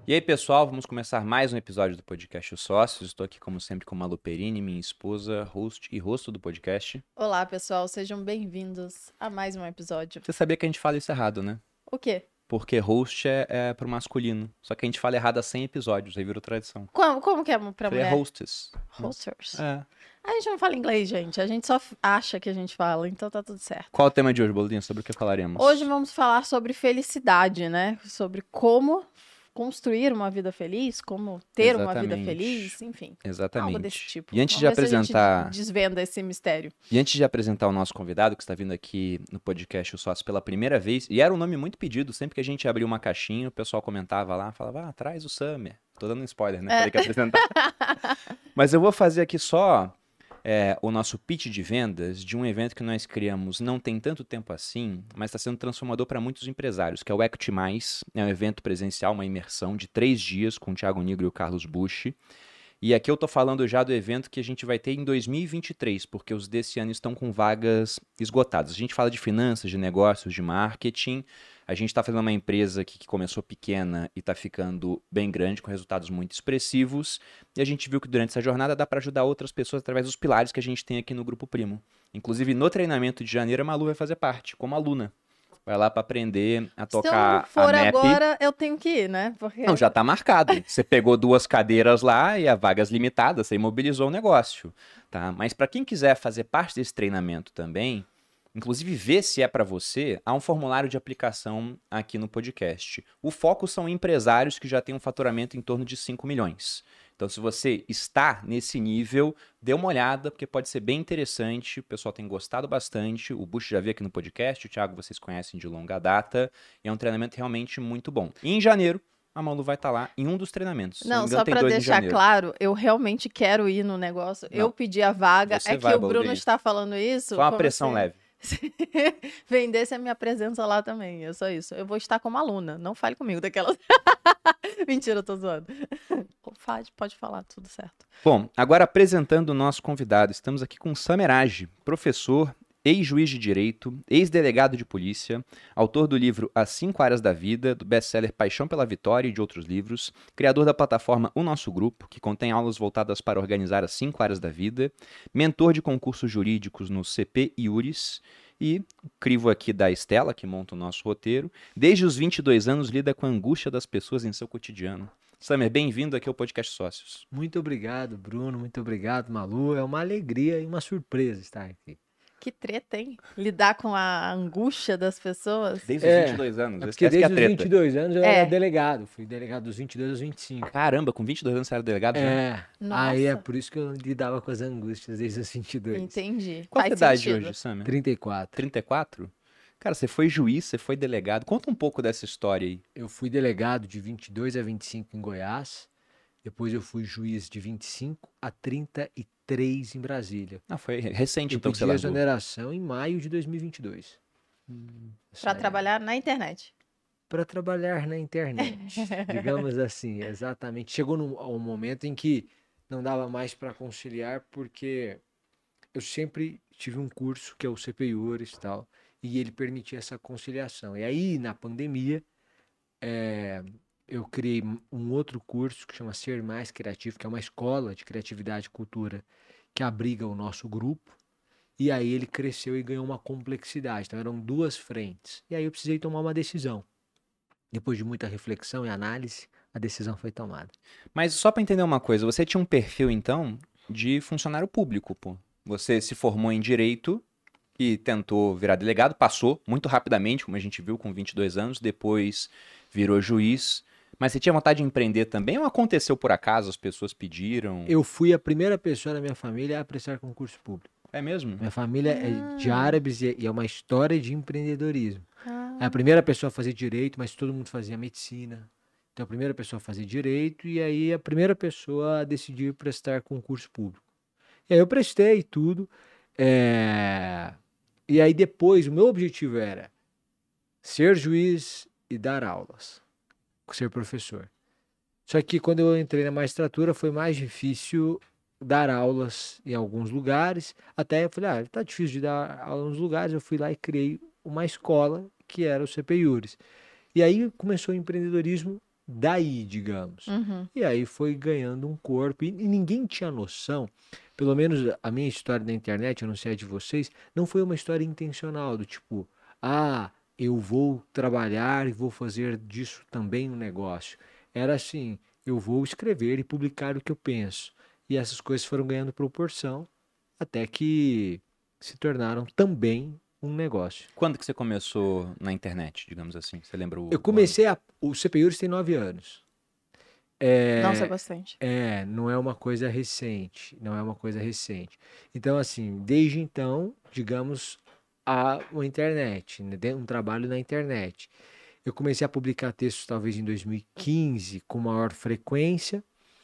E aí, pessoal, vamos começar mais um episódio do podcast Os Sócios. Estou aqui, como sempre, com Malu Perini, minha esposa, host e rosto do podcast. Olá, pessoal, sejam bem-vindos a mais um episódio. Você sabia que a gente fala isso errado, né? O quê? Porque host é pro masculino. Só que a gente fala errado há 100 episódios, aí virou tradição. Como que é pra Falei, é mulher? hostess. Hosters. É. A gente não fala inglês, gente. A gente só acha que a gente fala, então tá tudo certo. Qual o tema de hoje, Bolinha? Sobre o que falaremos? Hoje vamos falar sobre felicidade, né? Sobre como construir uma vida feliz, como ter uma vida Exatamente. feliz, enfim. Exatamente. Algo desse tipo. E antes de Vamos ver se a apresentar... gente desvenda esse mistério. E antes de apresentar o nosso convidado, que está vindo aqui no podcast O Sócio pela primeira vez, e era um nome muito pedido, sempre que a gente abria uma caixinha, o pessoal comentava lá, falava, traz o Summer. Tô dando um spoiler, né? Falei que ia apresentar. Mas eu vou fazer aqui só o nosso pitch de vendas de um evento que nós criamos não tem tanto tempo assim, mas está sendo transformador para muitos empresários, que é o Equity Mais. É um evento presencial, uma imersão de 3 dias com o Thiago Nigro e o Carlos Busch. E aqui eu tô falando já do evento que a gente vai ter em 2023, porque os desse ano estão com vagas esgotadas. A gente fala de finanças, de negócios, de marketing. A gente está fazendo uma empresa aqui que começou pequena e está ficando bem grande, com resultados muito expressivos. E a gente viu que durante essa jornada dá para ajudar outras pessoas através dos pilares que a gente tem aqui no Grupo Primo. Inclusive, no treinamento de janeiro, a Malu vai fazer parte, como aluna. Vai lá para aprender a Se eu não tocar for a MAP. agora, eu tenho que ir, né? Porque... Não, já tá marcado. Você pegou 2 cadeiras lá e a vagas limitadas, você imobilizou o negócio, tá? Mas para quem quiser fazer parte desse treinamento também, inclusive ver se é para você, há um formulário de aplicação aqui no podcast. O foco são empresários que já têm um faturamento em torno de 5 milhões. Então, se você está nesse nível, dê uma olhada, porque pode ser bem interessante. O pessoal tem gostado bastante. O Bush já veio aqui no podcast, o Thiago vocês conhecem de longa data. E é um treinamento realmente muito bom. E em janeiro, a Malu vai estar lá em um dos treinamentos. Se Não, me engano, só tem para 2 em deixar janeiro. claro, eu realmente quero ir no negócio. Não, Eu pedi a vaga. você É que vai, o Bruno Boldinha. está falando isso. Só uma como pressão se leve. vendesse a minha presença lá também. É só isso. Eu vou estar como aluna. Não fale comigo daquelas. Mentira, eu tô zoando. Pode falar, tudo certo. Bom, agora apresentando o nosso convidado, estamos aqui com Summer Age, professor, ex-juiz de direito, ex-delegado de polícia, autor do livro As 5 Áreas da Vida, do best-seller Paixão pela Vitória e de outros livros, criador da plataforma O Nosso Grupo, que contém aulas voltadas para organizar as 5 áreas da vida, mentor de concursos jurídicos no CP e URIS, e crivo aqui da Estela, que monta o nosso roteiro, desde os 22 anos lida com a angústia das pessoas em seu cotidiano. Summer, bem-vindo aqui ao Podcast Sócios. Muito obrigado, Bruno. Muito obrigado, Malu. É uma alegria e uma surpresa estar aqui. Que treta, hein? Lidar com a angústia das pessoas. Desde os 22 anos, É essa porque que é a desde os treta. 22 anos eu É. era delegado. Fui delegado dos 22 aos 25. Caramba, com 22 anos você era delegado já? É. Nossa. Aí é por isso que eu lidava com as angústias desde os 22. Entendi. Qual a Faz sua idade sentido. hoje, Summer? 34. 34? Cara, você foi juiz, você foi delegado. Conta um pouco dessa história aí. Eu fui delegado de 22 a 25 em Goiás. Depois eu fui juiz de 25 a 33 em Brasília. Ah, foi recente Eu então que você pedi largou. exoneração em maio de 2022. Pra trabalhar na internet. Para trabalhar na internet, digamos assim, exatamente. Chegou um momento em que não dava mais para conciliar, porque eu sempre tive um curso que é o CPIURES e tal, e ele permitia essa conciliação. E aí, na pandemia, eu criei um outro curso que chama Ser Mais Criativo, que é uma escola de criatividade e cultura que abriga o nosso grupo. E aí ele cresceu e ganhou uma complexidade. Então eram 2 frentes. E aí eu precisei tomar uma decisão. Depois de muita reflexão e análise, a decisão foi tomada. Mas só pra entender uma coisa, você tinha um perfil então de funcionário público, pô. Você se formou em direito e tentou virar delegado, passou muito rapidamente, como a gente viu, com 22 anos, depois virou juiz. Mas você tinha vontade de empreender também ou aconteceu por acaso, as pessoas pediram? Eu fui a primeira pessoa da minha família a prestar concurso público. É mesmo? Minha família é de árabes e é uma história de empreendedorismo. Ah, É a primeira pessoa a fazer direito, mas todo mundo fazia medicina. Então a primeira pessoa a fazer direito e aí a primeira pessoa a decidir prestar concurso público. E aí eu prestei tudo. E aí depois o meu objetivo era ser juiz e dar aulas, ser professor. Só que quando eu entrei na magistratura foi mais difícil dar aulas em alguns lugares. Até eu falei, tá difícil de dar aula nos lugares. Eu fui lá e criei uma escola que era o CPIURES. E aí começou o empreendedorismo daí, digamos. Uhum. E aí foi ganhando um corpo, e ninguém tinha noção, pelo menos a minha história na internet, eu não sei a de vocês, não foi uma história intencional, do tipo, eu vou trabalhar e vou fazer disso também um negócio. Era assim, eu vou escrever e publicar o que eu penso. E essas coisas foram ganhando proporção até que se tornaram também um negócio. Quando que você começou na internet, digamos assim? Você lembra o Eu ano? comecei o CPURIS tem 9 anos. Nossa, é bastante. Não é uma coisa recente, não é uma coisa recente. Então, assim, desde então, digamos, há uma internet, né, um trabalho na internet. Eu comecei a publicar textos talvez em 2015, com maior frequência.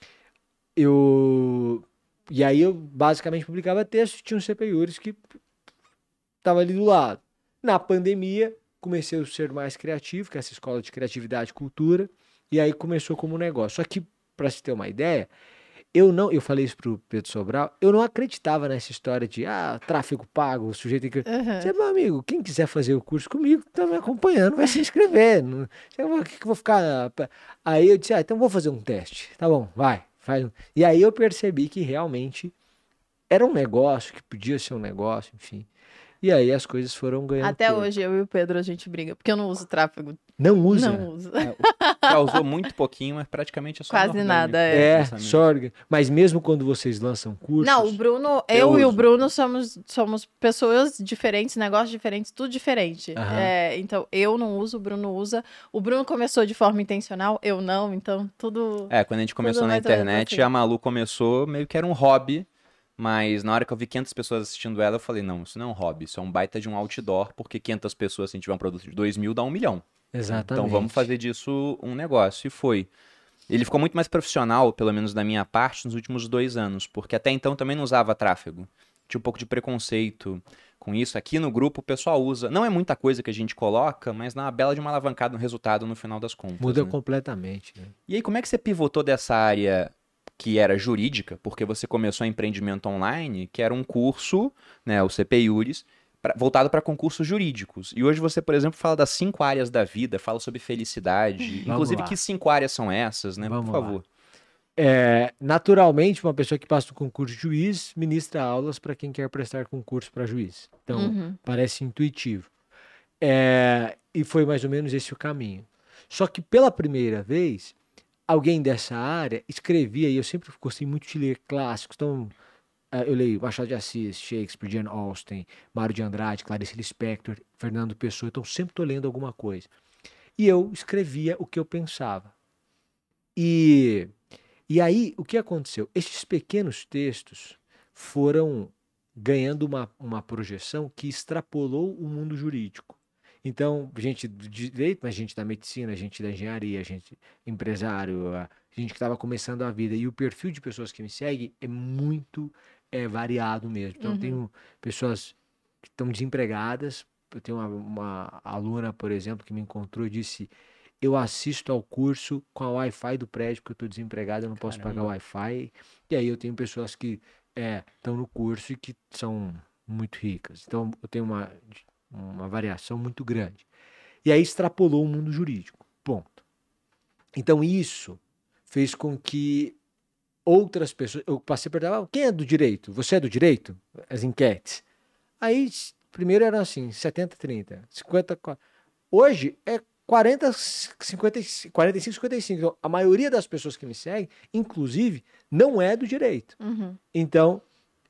E aí eu basicamente publicava textos, tinha um CPURIS que estava ali do lado. Na pandemia, comecei a ser mais criativo, que é essa escola de criatividade e cultura, e aí começou como um negócio. Só que, para se ter uma ideia, eu falei isso pro Pedro Sobral, eu não acreditava nessa história de, tráfego pago, o sujeito tem que... Você, meu amigo, quem quiser fazer o curso comigo, tá me acompanhando, vai se inscrever. Não, o que eu vou ficar... Aí eu disse, então vou fazer um teste. Tá bom, vai, faz. E aí eu percebi que realmente era um negócio, que podia ser um negócio, enfim. E aí as coisas foram ganhando Até corpo. hoje, eu e o Pedro, a gente briga, porque eu não uso tráfego. Não usa? Não uso. Já usou muito pouquinho, mas praticamente é só Quase orgânico, nada, lançamento. Sorga. Mas mesmo quando vocês lançam cursos... Não, o Bruno, Eu eu e o uso. Bruno somos pessoas diferentes, negócios diferentes, tudo diferente. Aham. Então, eu não uso, o Bruno usa. O Bruno começou de forma intencional, eu não, então tudo... Quando a gente começou na mais ou menos internet, assim. a Malu começou meio que era um hobby, mas na hora que eu vi 500 pessoas assistindo ela, eu falei, não, isso não é um hobby, isso é um baita de um outdoor, porque 500 pessoas, se a gente tiver um produto de 2.000, dá 1 milhão. Exatamente. Então vamos fazer disso um negócio. E foi. Ele ficou muito mais profissional, pelo menos da minha parte, nos últimos 2 anos, porque até então também não usava tráfego. Tinha um pouco de preconceito com isso. Aqui no grupo o pessoal usa. Não é muita coisa que a gente coloca, mas dá uma bela de uma alavancada no resultado no final das contas. Muda né? completamente. Né? E aí, como é que você pivotou dessa área que era jurídica, porque você começou empreendimento online, que era um curso, né, o CPURIS, voltado para concursos jurídicos. E hoje você, por exemplo, fala das 5 áreas da vida, fala sobre felicidade. Inclusive, lá. que 5 áreas são essas, né? Vamos por favor. Naturalmente, uma pessoa que passa no concurso de juiz ministra aulas para quem quer prestar concurso para juiz. Então, parece intuitivo. E foi mais ou menos esse o caminho. Só que pela primeira vez, alguém dessa área escrevia, e eu sempre gostei muito de ler clássicos, então eu leio Machado de Assis, Shakespeare, Jane Austen, Mário de Andrade, Clarice Lispector, Fernando Pessoa, então sempre estou lendo alguma coisa. E eu escrevia o que eu pensava. E aí, o que aconteceu? Esses pequenos textos foram ganhando uma projeção que extrapolou o mundo jurídico. Então, gente do direito, mas gente da medicina, gente da engenharia, gente empresário, gente que estava começando a vida. E o perfil de pessoas que me seguem é muito variado mesmo. Então, eu tenho pessoas que estão desempregadas. Eu tenho uma aluna, por exemplo, que me encontrou e disse: eu assisto ao curso com a Wi-Fi do prédio, porque eu estou desempregado, eu não posso pagar o Wi-Fi. E aí eu tenho pessoas que estão no curso e que são muito ricas. Então, eu tenho uma variação muito grande. E aí extrapolou o mundo jurídico. Ponto. Então isso fez com que outras pessoas... Eu passei a perguntar, quem é do direito? Você é do direito? As enquetes. Aí, primeiro era assim, 70-30, 50-40. Hoje é 40-55, 45-55. Então, a maioria das pessoas que me seguem, inclusive, não é do direito. Então...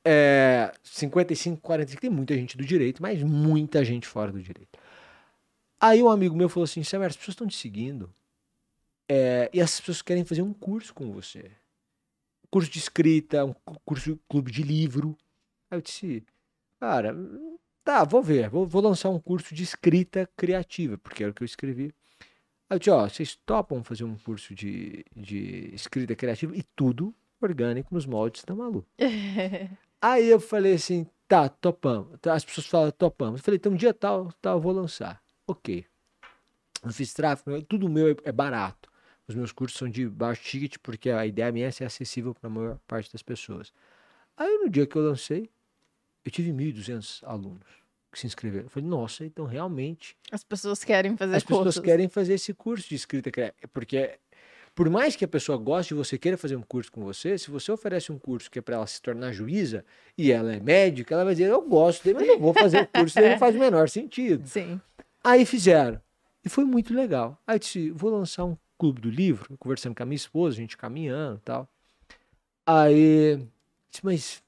55-45, tem muita gente do direito, mas muita gente fora do direito. Aí um amigo meu falou assim: Severo, as pessoas estão te seguindo e essas pessoas querem fazer um curso com você. Curso de escrita, um curso clube de livro. Aí eu disse: cara, tá, vou ver, vou lançar um curso de escrita criativa, porque era o que eu escrevi. Aí eu disse: vocês topam fazer um curso de escrita criativa? E tudo orgânico nos moldes da Malu. Aí eu falei assim, tá, topamos. As pessoas falam, topamos. Eu falei, então um dia tal, eu vou lançar. Ok. Eu fiz tráfego, tudo meu é barato. Os meus cursos são de baixo ticket, porque a ideia minha é ser acessível para a maior parte das pessoas. Aí no dia que eu lancei, eu tive 1.200 alunos que se inscreveram. Eu falei, nossa, então realmente... As pessoas querem fazer As pessoas cursos. querem fazer esse curso de escrita criativa, porque Por mais que a pessoa goste de você, queira fazer um curso com você, se você oferece um curso que é para ela se tornar juíza e ela é médica, ela vai dizer, eu gosto dele, mas não vou fazer o curso dele, não faz o menor sentido. Sim. Aí fizeram. E foi muito legal. Aí eu disse, vou lançar um clube do livro, conversando com a minha esposa, a gente caminhando e tal. Aí, disse, mas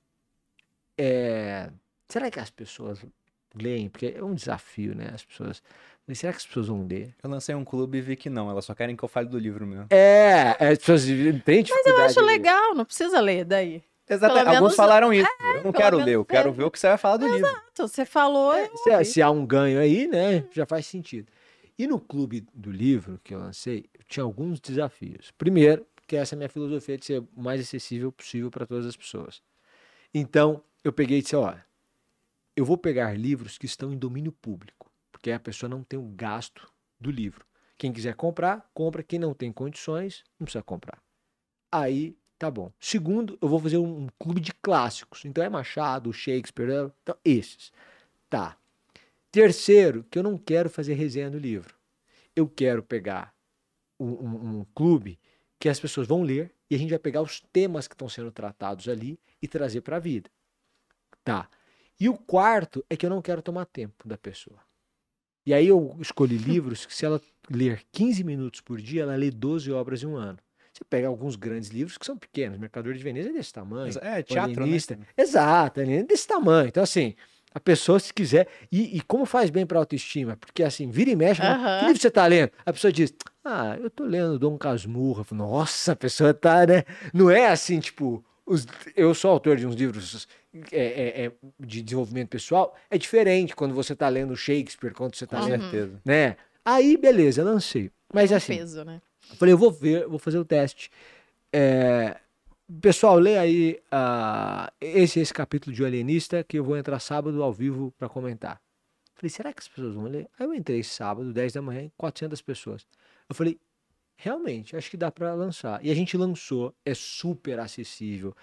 será que as pessoas leem? Porque é um desafio, né? As pessoas. Mas será que as pessoas vão ler? Eu lancei um clube e vi que não, elas só querem que eu fale do livro mesmo. As pessoas têm dificuldade. Mas eu acho de ler. legal, não precisa ler daí. Exatamente, Pelo alguns menos- falaram isso. Eu não pelo quero menos ler, eu quero ver o que você vai falar do livro. Então, você falou. eu ouvi. Se há um ganho aí, né? Já faz sentido. E no clube do livro que eu lancei, eu tinha alguns desafios. Primeiro, que essa é a minha filosofia de ser o mais acessível possível para todas as pessoas. Então, eu peguei e disse, olha, eu vou pegar livros que estão em domínio público, porque a pessoa não tem o gasto do livro. Quem quiser comprar, compra. Quem não tem condições, não precisa comprar. Aí, tá bom. Segundo, eu vou fazer um clube de clássicos. Então é Machado, Shakespeare, então esses. Tá. Terceiro, que eu não quero fazer resenha do livro. Eu quero pegar um clube que as pessoas vão ler e a gente vai pegar os temas que estão sendo tratados ali e trazer para a vida. Tá. E o quarto é que eu não quero tomar tempo da pessoa. E aí eu escolhi livros que se ela ler 15 minutos por dia, ela lê 12 obras em um ano. Você pega alguns grandes livros que são pequenos. Mercador de Veneza é desse tamanho. É, teatro, Alienista. né? Exato, é desse tamanho. Então, assim, a pessoa, se quiser... E como faz bem para a autoestima? Porque, assim, vira e mexe... Aham. Que livro você tá lendo? A pessoa diz, eu tô lendo Dom Casmurro. Eu falo, nossa, a pessoa tá, né? Não é assim, tipo... Eu sou autor de uns livros de desenvolvimento pessoal. É diferente quando você tá lendo Shakespeare, quando você tá Com lendo... certeza. Né? Aí, beleza, eu lancei. Mas, Um assim... peso, né? Eu falei, eu vou ver, vou fazer o teste. Pessoal, lê aí esse capítulo de O Alienista, que eu vou entrar sábado ao vivo para comentar. Falei, será que as pessoas vão ler? Aí eu entrei sábado, 10 da manhã, 400 pessoas. Eu falei, realmente, acho que dá para lançar. E a gente lançou, é super acessível,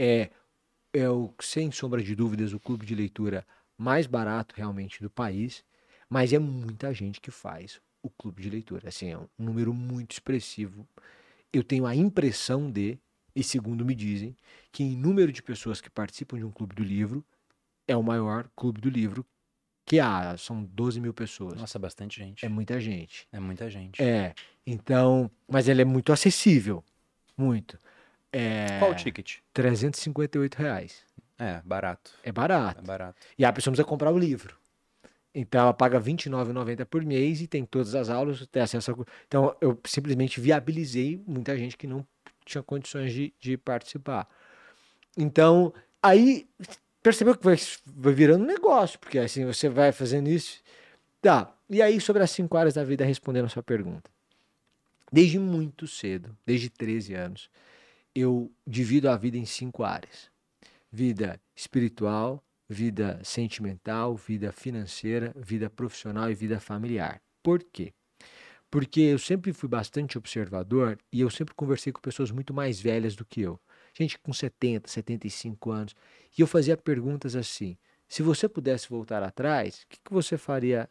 sem sombra de dúvidas, o clube de leitura mais barato realmente do país, mas é muita gente que faz o clube de leitura. Assim, é um número muito expressivo. Eu tenho a impressão e segundo me dizem, que em número de pessoas que participam de um clube do livro, é o maior clube do livro que há. São 12 mil pessoas. Nossa, bastante gente. É muita gente. É muita gente. Então, mas ele é muito acessível. Muito. Qual o ticket? R$358. É, barato. É barato. É barato. E a pessoa precisa comprar o livro. Então ela paga R$29,90 por mês e tem todas as aulas, tem acesso a... Então eu simplesmente viabilizei muita gente que não tinha condições de participar. Então, aí percebeu que vai virando um negócio, porque assim você vai fazendo isso. Tá, e aí sobre as 5 áreas da vida, respondendo a sua pergunta. Desde muito cedo, desde 13 anos, eu divido a vida em 5 áreas. Vida espiritual, vida sentimental, vida financeira, vida profissional e vida familiar. Por quê? Porque eu sempre fui bastante observador e eu sempre conversei com pessoas muito mais velhas do que eu. Gente com 70, 75 anos. E eu fazia perguntas assim, se você pudesse voltar atrás, o que você faria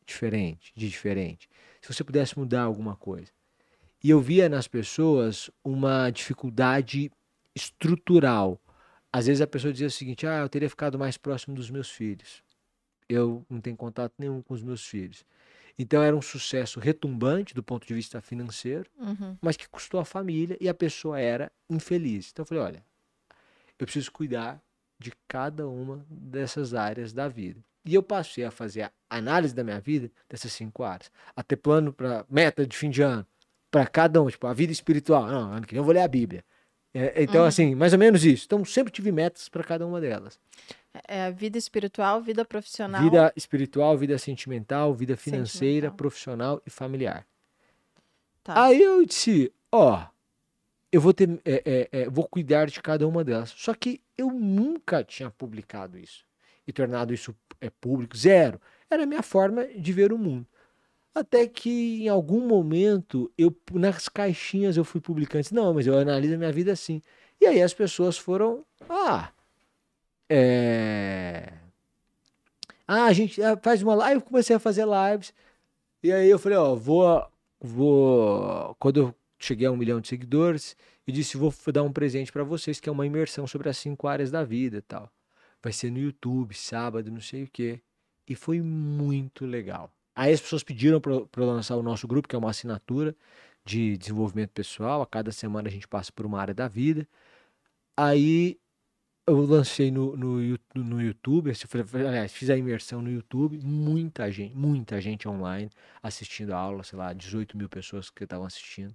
de diferente? Se você pudesse mudar alguma coisa. E eu via nas pessoas uma dificuldade estrutural. Às vezes a pessoa dizia o seguinte, eu teria ficado mais próximo dos meus filhos. Eu não tenho contato nenhum com os meus filhos. Então era um sucesso retumbante do ponto de vista financeiro, mas que custou a família e a pessoa era infeliz. Então eu falei, olha, eu preciso cuidar de cada uma dessas áreas da vida. E eu passei a fazer a análise da minha vida dessas 5 áreas. A ter plano para meta de fim de ano, para cada um, tipo a vida espiritual. Não, ano que vem eu vou ler a Bíblia. Então, assim, mais ou menos isso. Então, sempre tive metas para cada uma delas. Vida espiritual, vida profissional. Vida espiritual, vida sentimental, vida financeira, Sentimental. profissional e familiar. Tá. Aí eu disse, eu vou ter, vou cuidar de cada uma delas. Só que eu nunca tinha publicado isso e tornado isso público, zero. Era a minha forma de ver o mundo. Até que em algum momento, nas caixinhas eu fui publicando. Não, mas eu analiso a minha vida assim. E aí as pessoas foram, a gente faz uma live, eu comecei a fazer lives. E aí eu falei, quando eu cheguei a 1 milhão de seguidores e disse, vou dar um presente para vocês, que é uma imersão sobre as 5 áreas da vida e tal. Vai ser no YouTube, sábado, não sei o quê. E foi muito legal. Aí as pessoas pediram para eu lançar o nosso grupo, que é uma assinatura de desenvolvimento pessoal. A cada semana a gente passa por uma área da vida. Aí eu lancei no YouTube, aliás, fiz a imersão no YouTube, muita gente online assistindo a aula, sei lá, 18 mil pessoas que estavam assistindo.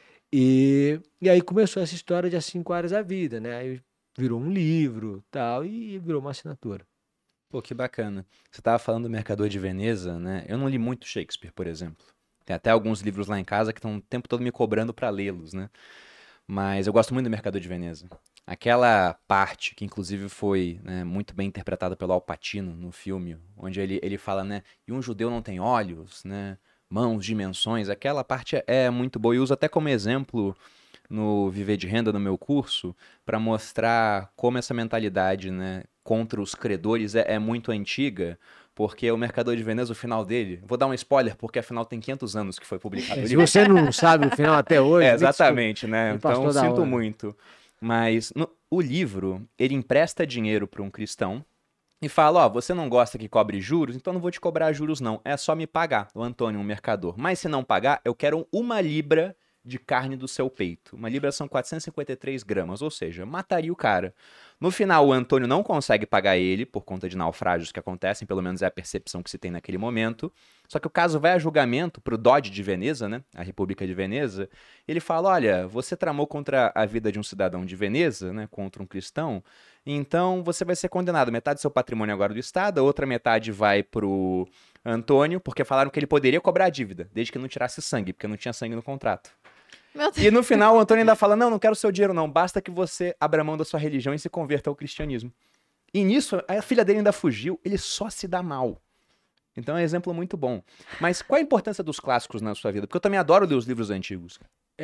E aí começou essa história de as 5 áreas da vida, né? Aí virou um livro tal, e virou uma assinatura. Pô, que bacana. Você estava falando do Mercador de Veneza, né? Eu não li muito Shakespeare, por exemplo. Tem até alguns livros lá em casa que estão o tempo todo me cobrando para lê-los, né? Mas eu gosto muito do Mercador de Veneza. Aquela parte que inclusive foi, né, muito bem interpretada pelo Al Pacino no filme, onde ele fala, né? E um judeu não tem olhos, né? Mãos, dimensões. Aquela parte é muito boa. Eu uso até como exemplo no Viver de Renda, no meu curso, para mostrar como essa mentalidade, né, contra os credores é muito antiga, porque o Mercador de Veneza, o final dele, vou dar um spoiler, porque afinal tem 500 anos que foi publicado o Se livro. você não sabe o final até hoje... Exatamente, né? me passou Então da sinto hora. muito. Mas o livro, ele empresta dinheiro para um cristão e fala, ó, você não gosta que cobre juros, então não vou te cobrar juros não, é só me pagar, o Antônio, um mercador. Mas se não pagar, eu quero 1 libra de carne do seu peito. 1 libra são 453 gramas, ou seja, mataria o cara. No final, o Antônio não consegue pagar ele por conta de naufrágios que acontecem, pelo menos é a percepção que se tem naquele momento. Só que o caso vai a julgamento para o Dodge de Veneza, né, a República de Veneza. Ele fala, olha, você tramou contra a vida de um cidadão de Veneza, né, contra um cristão, então você vai ser condenado. Metade do seu patrimônio agora do Estado, a outra metade vai pro Antônio, porque falaram que ele poderia cobrar a dívida, desde que não tirasse sangue, porque não tinha sangue no contrato. Meu Deus. E no final o Antônio ainda fala, não quero seu dinheiro não, basta que você abra mão da sua religião e se converta ao cristianismo. E nisso, a filha dele ainda fugiu, ele só se dá mal. Então é um exemplo muito bom. Mas qual a importância dos clássicos na sua vida? Porque eu também adoro ler os livros antigos.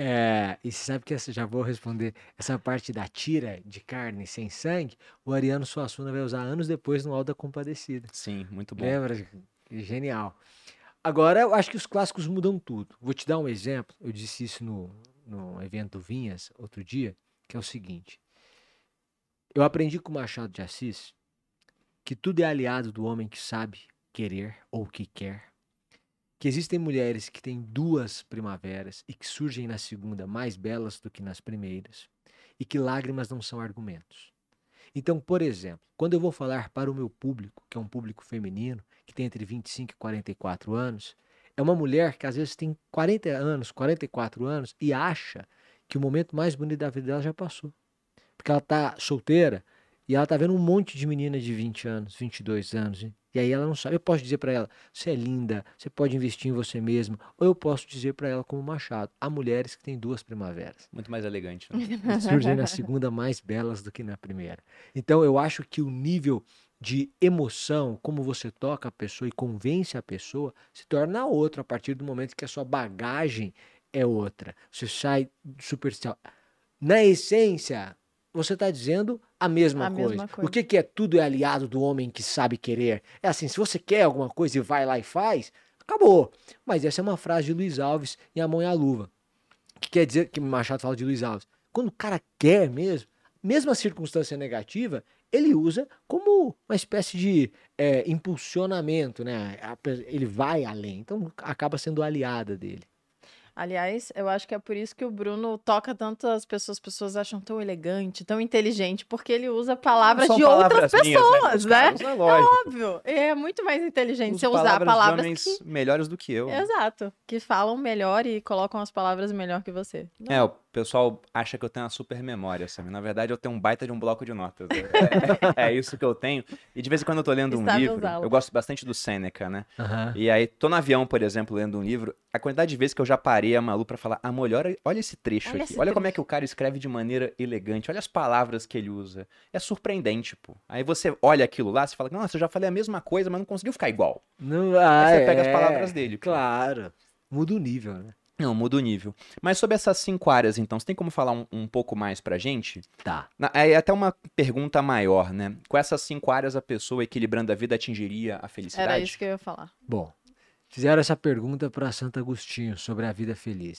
E você sabe que já vou responder essa parte da tira de carne sem sangue, o Ariano Suassuna vai usar anos depois no Auto da Compadecida. Sim, muito bom. Lembra? Genial. Agora, eu acho que os clássicos mudam tudo. Vou te dar um exemplo. Eu disse isso no evento Vinhas, outro dia, que é o seguinte. Eu aprendi com o Machado de Assis que tudo é aliado do homem que sabe querer ou que quer. Que existem mulheres que têm 2 primaveras e que surgem na segunda mais belas do que nas primeiras. E que lágrimas não são argumentos. Então, por exemplo, quando eu vou falar para o meu público, que é um público feminino, que tem entre 25 e 44 anos, é uma mulher que às vezes tem 40 anos, 44 anos e acha que o momento mais bonito da vida dela já passou. Porque ela tá solteira e ela tá vendo um monte de menina de 20 anos, 22 anos. E aí ela não sabe. Eu posso dizer para ela, você é linda, você pode investir em você mesma. Ou eu posso dizer para ela como Machado, há mulheres que têm 2 primaveras. Muito mais elegante, né? E surgem na segunda mais belas do que na primeira. Então eu acho que o nível de emoção, como você toca a pessoa e convence a pessoa, se torna outro a partir do momento que a sua bagagem é outra. Você sai superficial. Na essência, você está dizendo a mesma coisa. O que é tudo é aliado do homem que sabe querer? É assim, se você quer alguma coisa e vai lá e faz, acabou. Mas essa é uma frase de Luiz Alves em A Mão e a Luva. Que quer dizer, que Machado fala de Luiz Alves, quando o cara quer mesmo a circunstância negativa, ele usa como uma espécie de impulsionamento, né? Ele vai além, então acaba sendo aliada dele. Aliás, eu acho que é por isso que o Bruno toca tanto as pessoas acham tão elegante, tão inteligente, porque ele usa palavras São de palavras outras minhas, pessoas, né? Carlos, é lógico. Óbvio. É muito mais inteligente Uso você usar palavras de homens que... melhores do que eu. Exato. Que falam melhor e colocam as palavras melhor que você. É, o pessoal acha que eu tenho uma super memória, sabe? Na verdade, eu tenho um baita de um bloco de notas. É isso que eu tenho. E de vez em quando eu tô lendo um Sabe livro, usá-lo. eu gosto bastante do Sêneca, né? Aham. E aí, tô no avião, por exemplo, lendo um livro, a quantidade de vezes que eu já parei a Malu pra falar, amor, olha esse trecho Olha aqui, esse olha como é trecho. que o cara escreve de maneira elegante, olha as palavras que ele usa. É surpreendente, pô. Aí você olha aquilo lá, você fala, nossa, eu já falei a mesma coisa, mas não conseguiu ficar igual. Não, Aí você pega as palavras dele, pô. Claro. Muda o nível, né? Não, muda o nível. Mas sobre essas 5 áreas, então, você tem como falar um pouco mais pra gente? Tá. É até uma pergunta maior, né? Com essas 5 áreas, a pessoa equilibrando a vida atingiria a felicidade? Era isso que eu ia falar. Bom, fizeram essa pergunta para Santo Agostinho sobre a vida feliz.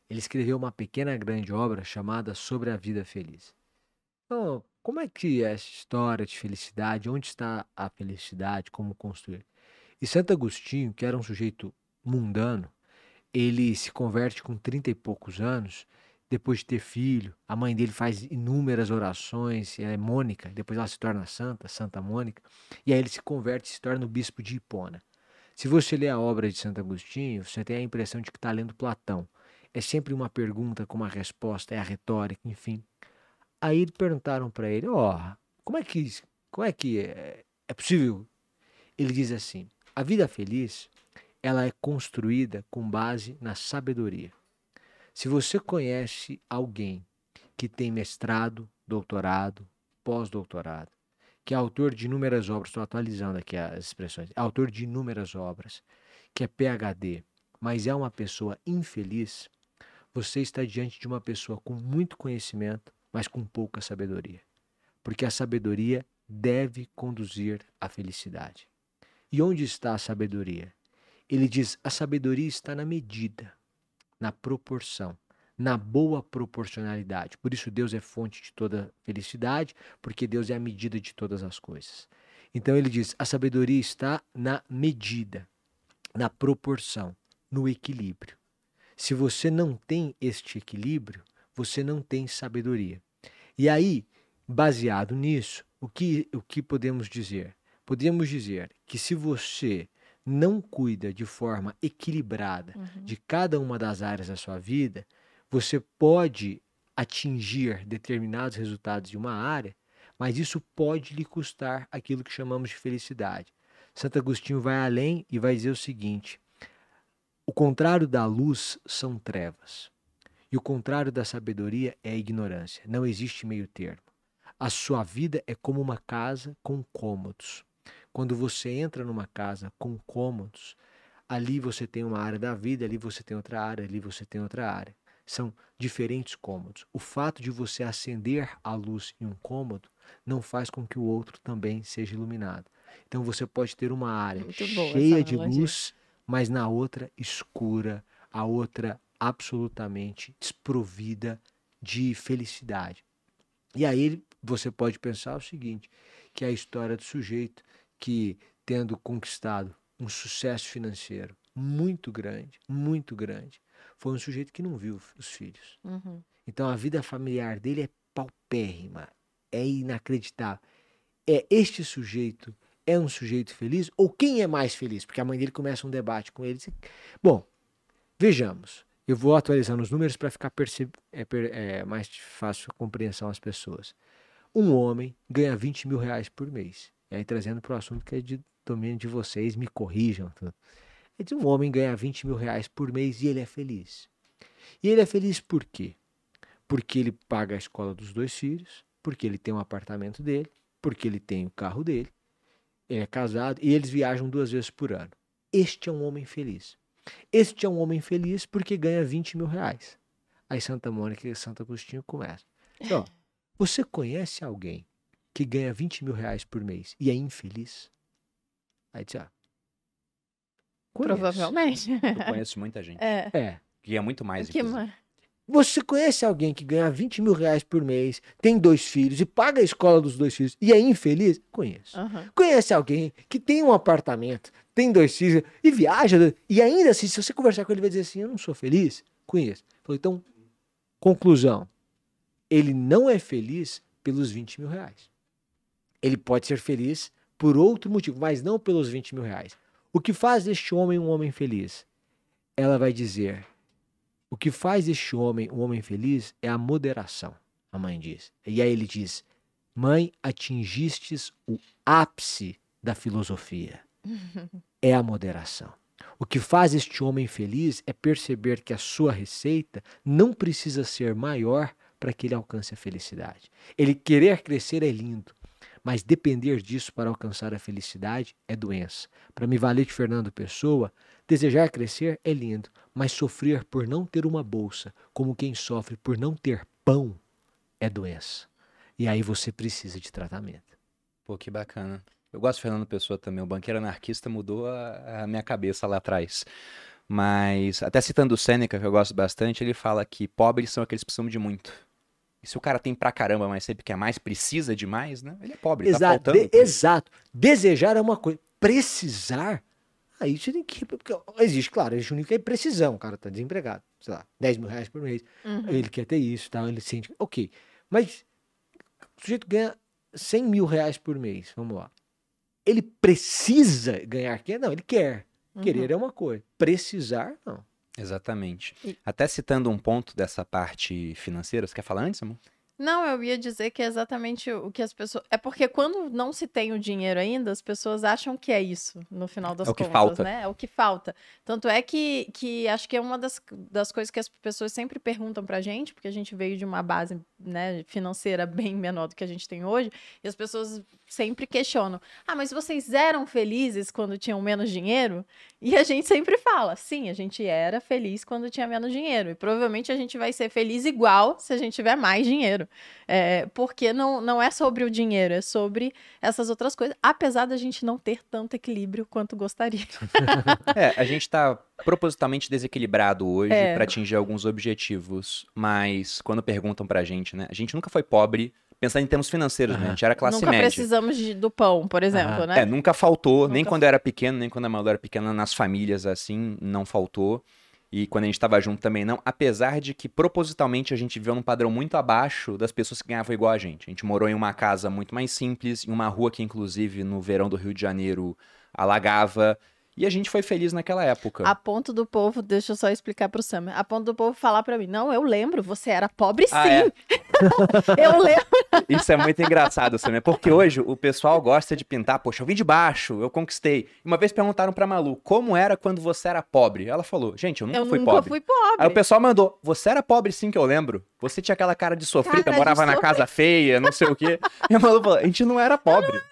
ele escreveu uma pequena grande obra chamada Sobre a Vida Feliz. Então, como é que é essa história de felicidade? Onde está a felicidade? Como construir? E Santo Agostinho, que era um sujeito mundano, ele se converte com 30 e poucos anos, depois de ter filho. A mãe dele faz inúmeras orações, é Mônica, depois ela se torna santa, Santa Mônica, e aí ele se converte e se torna o bispo de Hipona. Se você ler a obra de Santo Agostinho, você tem a impressão de que está lendo Platão. É sempre uma pergunta com uma resposta, é a retórica, enfim. Aí perguntaram para ele, como é que é possível? Ele diz assim, a vida feliz, ela é construída com base na sabedoria. Se você conhece alguém que tem mestrado, doutorado, pós-doutorado, que é autor de inúmeras obras, estou atualizando aqui as expressões, é autor de inúmeras obras, que é PhD, mas é uma pessoa infeliz, você está diante de uma pessoa com muito conhecimento, mas com pouca sabedoria. Porque a sabedoria deve conduzir à felicidade. E onde está a sabedoria? Ele diz, a sabedoria está na medida, na proporção, na boa proporcionalidade. Por isso Deus é fonte de toda felicidade, porque Deus é a medida de todas as coisas. Então ele diz, a sabedoria está na medida, na proporção, no equilíbrio. Se você não tem este equilíbrio, você não tem sabedoria. E aí, baseado nisso, o que podemos dizer? Podemos dizer que se você não cuida de forma equilibrada de cada uma das áreas da sua vida, você pode atingir determinados resultados de uma área, mas isso pode lhe custar aquilo que chamamos de felicidade. Santo Agostinho vai além e vai dizer o seguinte, o contrário da luz são trevas, e o contrário da sabedoria é a ignorância. Não existe meio termo. A sua vida é como uma casa com cômodos. Quando você entra numa casa com cômodos, ali você tem uma área da vida, ali você tem outra área, ali você tem outra área. São diferentes cômodos. O fato de você acender a luz em um cômodo não faz com que o outro também seja iluminado. Então você pode ter uma área cheia de luz, mas na outra escura, a outra absolutamente desprovida de felicidade. E aí você pode pensar o seguinte, que é a história do sujeito que, tendo conquistado um sucesso financeiro muito grande, foi um sujeito que não viu os filhos. Então a vida familiar dele é paupérrima, é inacreditável. Este sujeito é um sujeito feliz? Ou quem é mais feliz? Porque a mãe dele começa um debate com ele. Bom, vejamos. Eu vou atualizando os números para ficar mais fácil a compreensão às pessoas. Um homem ganha 20 mil reais por mês. E aí trazendo para o assunto que é de domínio de vocês, me corrijam. Um homem ganha 20 mil reais por mês e ele é feliz. E ele é feliz por quê? Porque ele paga a escola dos 2 filhos, porque ele tem um apartamento dele, porque ele tem o carro dele, ele é casado e eles viajam 2 vezes por ano. Este é um homem feliz. Este é um homem feliz porque ganha 20 mil reais. Aí Santa Mônica e Santo Agostinho começam. Então, você conhece alguém que ganha 20 mil reais por mês e é infeliz? Aí diz, provavelmente. Eu conheço muita gente. Que é muito mais. Você conhece alguém que ganha 20 mil reais por mês, tem 2 filhos e paga a escola dos 2 filhos e é infeliz? Conheço. Conhece alguém que tem um apartamento, tem 2 filhos e viaja e ainda assim, se você conversar com ele, vai dizer assim, eu não sou feliz? Conheço. Então, conclusão, ele não é feliz pelos 20 mil reais. Ele pode ser feliz por outro motivo, mas não pelos 20 mil reais. O que faz deste homem um homem feliz? Ela vai dizer, o que faz este homem um homem feliz é a moderação, a mãe diz. E aí ele diz, mãe, atingistes o ápice da filosofia. É a moderação. O que faz este homem feliz é perceber que a sua receita não precisa ser maior para que ele alcance a felicidade. Ele querer crescer é lindo, mas depender disso para alcançar a felicidade é doença. Para me valer de Fernando Pessoa, desejar crescer é lindo, mas sofrer por não ter uma bolsa, como quem sofre por não ter pão, é doença. E aí você precisa de tratamento. Pô, que bacana. Eu gosto de Fernando Pessoa também. O Banqueiro Anarquista mudou a minha cabeça lá atrás. Mas, até citando o Sêneca, que eu gosto bastante, ele fala que pobres são aqueles que precisam de muito. E se o cara tem pra caramba, mas sempre quer mais, precisa de mais, né? Ele é pobre, tá faltando. Exato. Desejar é uma coisa. Precisar, aí você tem que... Porque existe, claro, existe um nível que é precisão. O cara tá desempregado, sei lá, 10 mil reais por mês. Ele quer ter isso, tal, ele sente... Ok. Mas o sujeito ganha 100 mil reais por mês, vamos lá. Ele precisa ganhar... Não, ele quer. Querer é uma coisa. Precisar, não. Exatamente. Até citando um ponto dessa parte financeira, você quer falar antes, amor? Não, eu ia dizer que é exatamente o que as pessoas... É porque quando não se tem o dinheiro ainda, as pessoas acham que é isso, no final das É o que contas, falta. né? É o que falta. Tanto é que acho que é uma das coisas que as pessoas sempre perguntam pra gente, porque a gente veio de uma base, né, financeira bem menor do que a gente tem hoje, e as pessoas sempre questionam, mas vocês eram felizes quando tinham menos dinheiro? E a gente sempre fala, sim, a gente era feliz quando tinha menos dinheiro, e provavelmente a gente vai ser feliz igual se a gente tiver mais dinheiro. Porque não é sobre o dinheiro, é sobre essas outras coisas, apesar da gente não ter tanto equilíbrio quanto gostaria. A gente tá propositalmente desequilibrado hoje pra atingir alguns objetivos, mas quando perguntam pra gente, né, a gente nunca foi pobre, pensando em termos financeiros, né, a gente era classe Nunca média. precisamos do pão, por exemplo, né? Nunca faltou, nem Nunca quando eu era pequeno, nem quando a Malu era pequena, nas famílias assim, não faltou. E quando a gente tava junto também não, apesar de que propositalmente a gente viveu num padrão muito abaixo das pessoas que ganhavam igual a gente. A gente morou em uma casa muito mais simples, em uma rua que inclusive no verão do Rio de Janeiro alagava, e a gente foi feliz naquela época. A ponto do povo, deixa eu só explicar pro Sam, a ponto do povo falar pra mim, não, eu lembro, você era pobre sim. Eu lembro. Isso é muito engraçado, Sam, porque hoje o pessoal gosta de pintar, poxa, eu vim de baixo, eu conquistei. Uma vez perguntaram pra Malu, como era quando você era pobre? Ela falou, gente, eu nunca fui pobre. Aí o pessoal mandou, você era pobre sim, que eu lembro. Você tinha aquela cara de sofrida, morava na casa feia, não sei o quê. E a Malu falou, a gente não era pobre.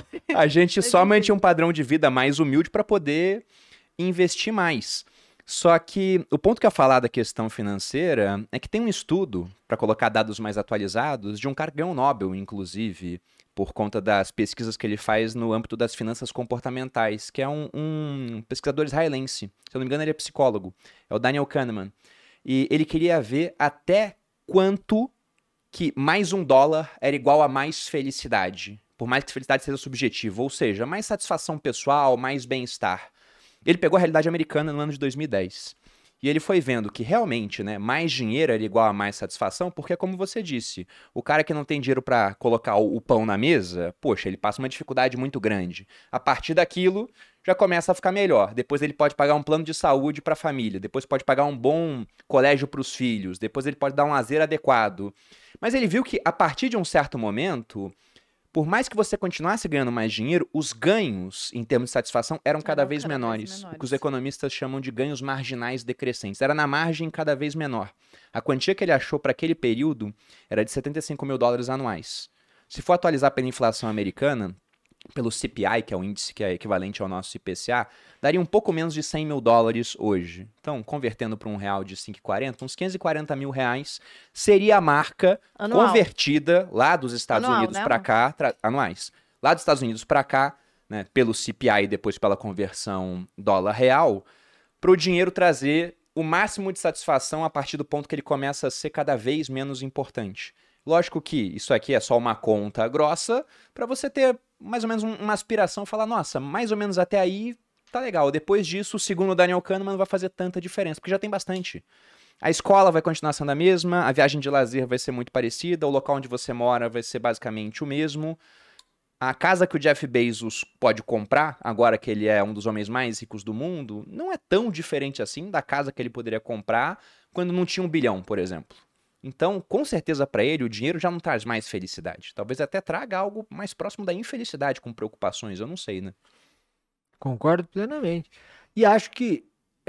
A gente só mantinha um padrão de vida mais humilde pra poder investir mais. Só que o ponto que eu ia falar da questão financeira é que tem um estudo, para colocar dados mais atualizados, de um cara que ganhou um Nobel, inclusive, por conta das pesquisas que ele faz no âmbito das finanças comportamentais, que é um pesquisador israelense. Se eu não me engano, ele é psicólogo. É o Daniel Kahneman. E ele queria ver até quanto que mais $1 era igual a mais felicidade. Por mais que felicidade seja subjetiva, ou seja, mais satisfação pessoal, mais bem-estar. Ele pegou a realidade americana no ano de 2010. E ele foi vendo que realmente, né, mais dinheiro era igual a mais satisfação, porque, como você disse, o cara que não tem dinheiro para colocar o pão na mesa, poxa, ele passa uma dificuldade muito grande. A partir daquilo, já começa a ficar melhor. Depois ele pode pagar um plano de saúde para a família, depois pode pagar um bom colégio para os filhos, depois ele pode dar um lazer adequado. Mas ele viu que, a partir de um certo momento, por mais que você continuasse ganhando mais dinheiro, os ganhos, em termos de satisfação, eram cada vez menores. O que os economistas chamam de ganhos marginais decrescentes. Era na margem cada vez menor. A quantia que ele achou para aquele período era de $75 mil anuais. Se for atualizar pela inflação americana, pelo CPI, que é o índice que é equivalente ao nosso IPCA, daria um pouco menos de $100 mil hoje. Então, convertendo para um real de 5,40, uns $540 mil seria a marca anual, convertida lá dos Estados Unidos para cá, anuais. Lá dos Estados Unidos para cá, né, pelo CPI e depois pela conversão dólar-real, para o dinheiro trazer o máximo de satisfação a partir do ponto que ele começa a ser cada vez menos importante. Lógico que isso aqui é só uma conta grossa para você ter mais ou menos uma aspiração, falar, nossa, mais ou menos até aí tá legal. Depois disso, segundo o Daniel Kahneman, não vai fazer tanta diferença, porque já tem bastante. A escola vai continuar sendo a mesma, a viagem de lazer vai ser muito parecida, o local onde você mora vai ser basicamente o mesmo. A casa que o Jeff Bezos pode comprar, agora que ele é um dos homens mais ricos do mundo, não é tão diferente assim da casa que ele poderia comprar quando não tinha $1 bilhão, por exemplo. Então, com certeza para ele, o dinheiro já não traz mais felicidade. Talvez até traga algo mais próximo da infelicidade, com preocupações, eu não sei, né? Concordo plenamente. E acho que,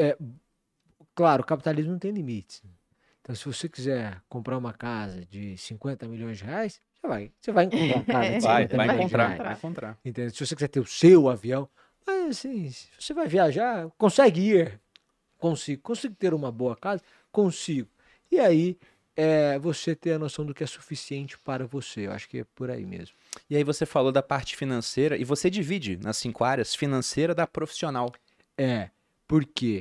claro, o capitalismo não tem limites. Então, se você quiser comprar uma casa de 50 milhões de reais, você vai encontrar uma casa de 50 milhões de reais. Vai encontrar. Entendeu? Se você quiser ter o seu avião, mas assim, se você vai viajar, consegue ir. Consigo ter uma boa casa? Consigo. E aí, você ter a noção do que é suficiente para você. Eu acho que é por aí mesmo. E aí você falou da parte financeira, e você divide nas 5 áreas, financeira da profissional. Por quê?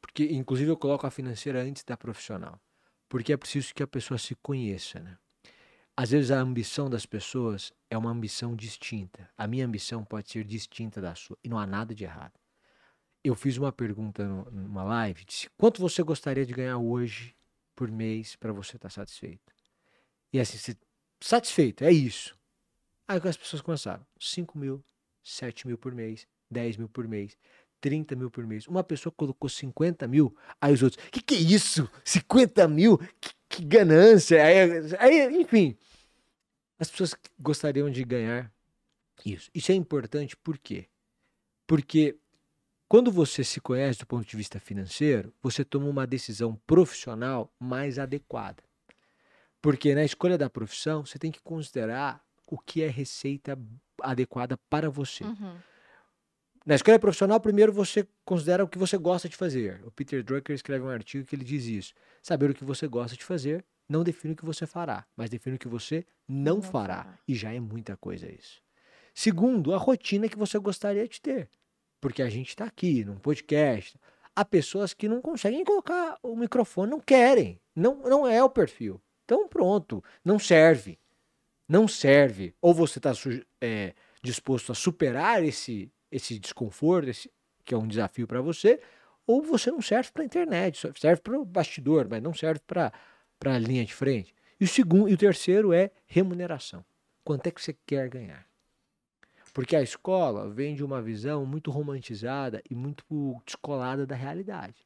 Porque, inclusive, eu coloco a financeira antes da profissional. Porque é preciso que a pessoa se conheça, né? Às vezes a ambição das pessoas é uma ambição distinta. A minha ambição pode ser distinta da sua. E não há nada de errado. Eu fiz uma pergunta numa live, disse, quanto você gostaria de ganhar hoje por mês para você estar satisfeito? E assim, satisfeito, é isso. Aí as pessoas começaram, 5 mil, 7 mil por mês, 10 mil por mês, 30 mil por mês. Uma pessoa colocou 50 mil, aí os outros, que é isso? 50 mil? Que ganância. Aí, enfim, as pessoas gostariam de ganhar isso. Isso é importante por quê? Porque quando você se conhece do ponto de vista financeiro, você toma uma decisão profissional mais adequada. Porque na escolha da profissão, você tem que considerar o que é receita adequada para você. Uhum. Na escolha profissional, primeiro você considera o que você gosta de fazer. O Peter Drucker escreve um artigo que ele diz isso. Saber o que você gosta de fazer não define o que você fará, mas define o que você não fará. E já é muita coisa isso. Segundo, a rotina que você gostaria de ter. Porque a gente está aqui num podcast. Há pessoas que não conseguem colocar o microfone, não querem. Não é o perfil. Então pronto, não serve. Não serve. Ou você está disposto a superar esse desconforto, que é um desafio para você, ou você não serve para a internet, serve para o bastidor, mas não serve para a linha de frente. E o terceiro é remuneração. Quanto é que você quer ganhar? Porque a escola vem de uma visão muito romantizada e muito descolada da realidade.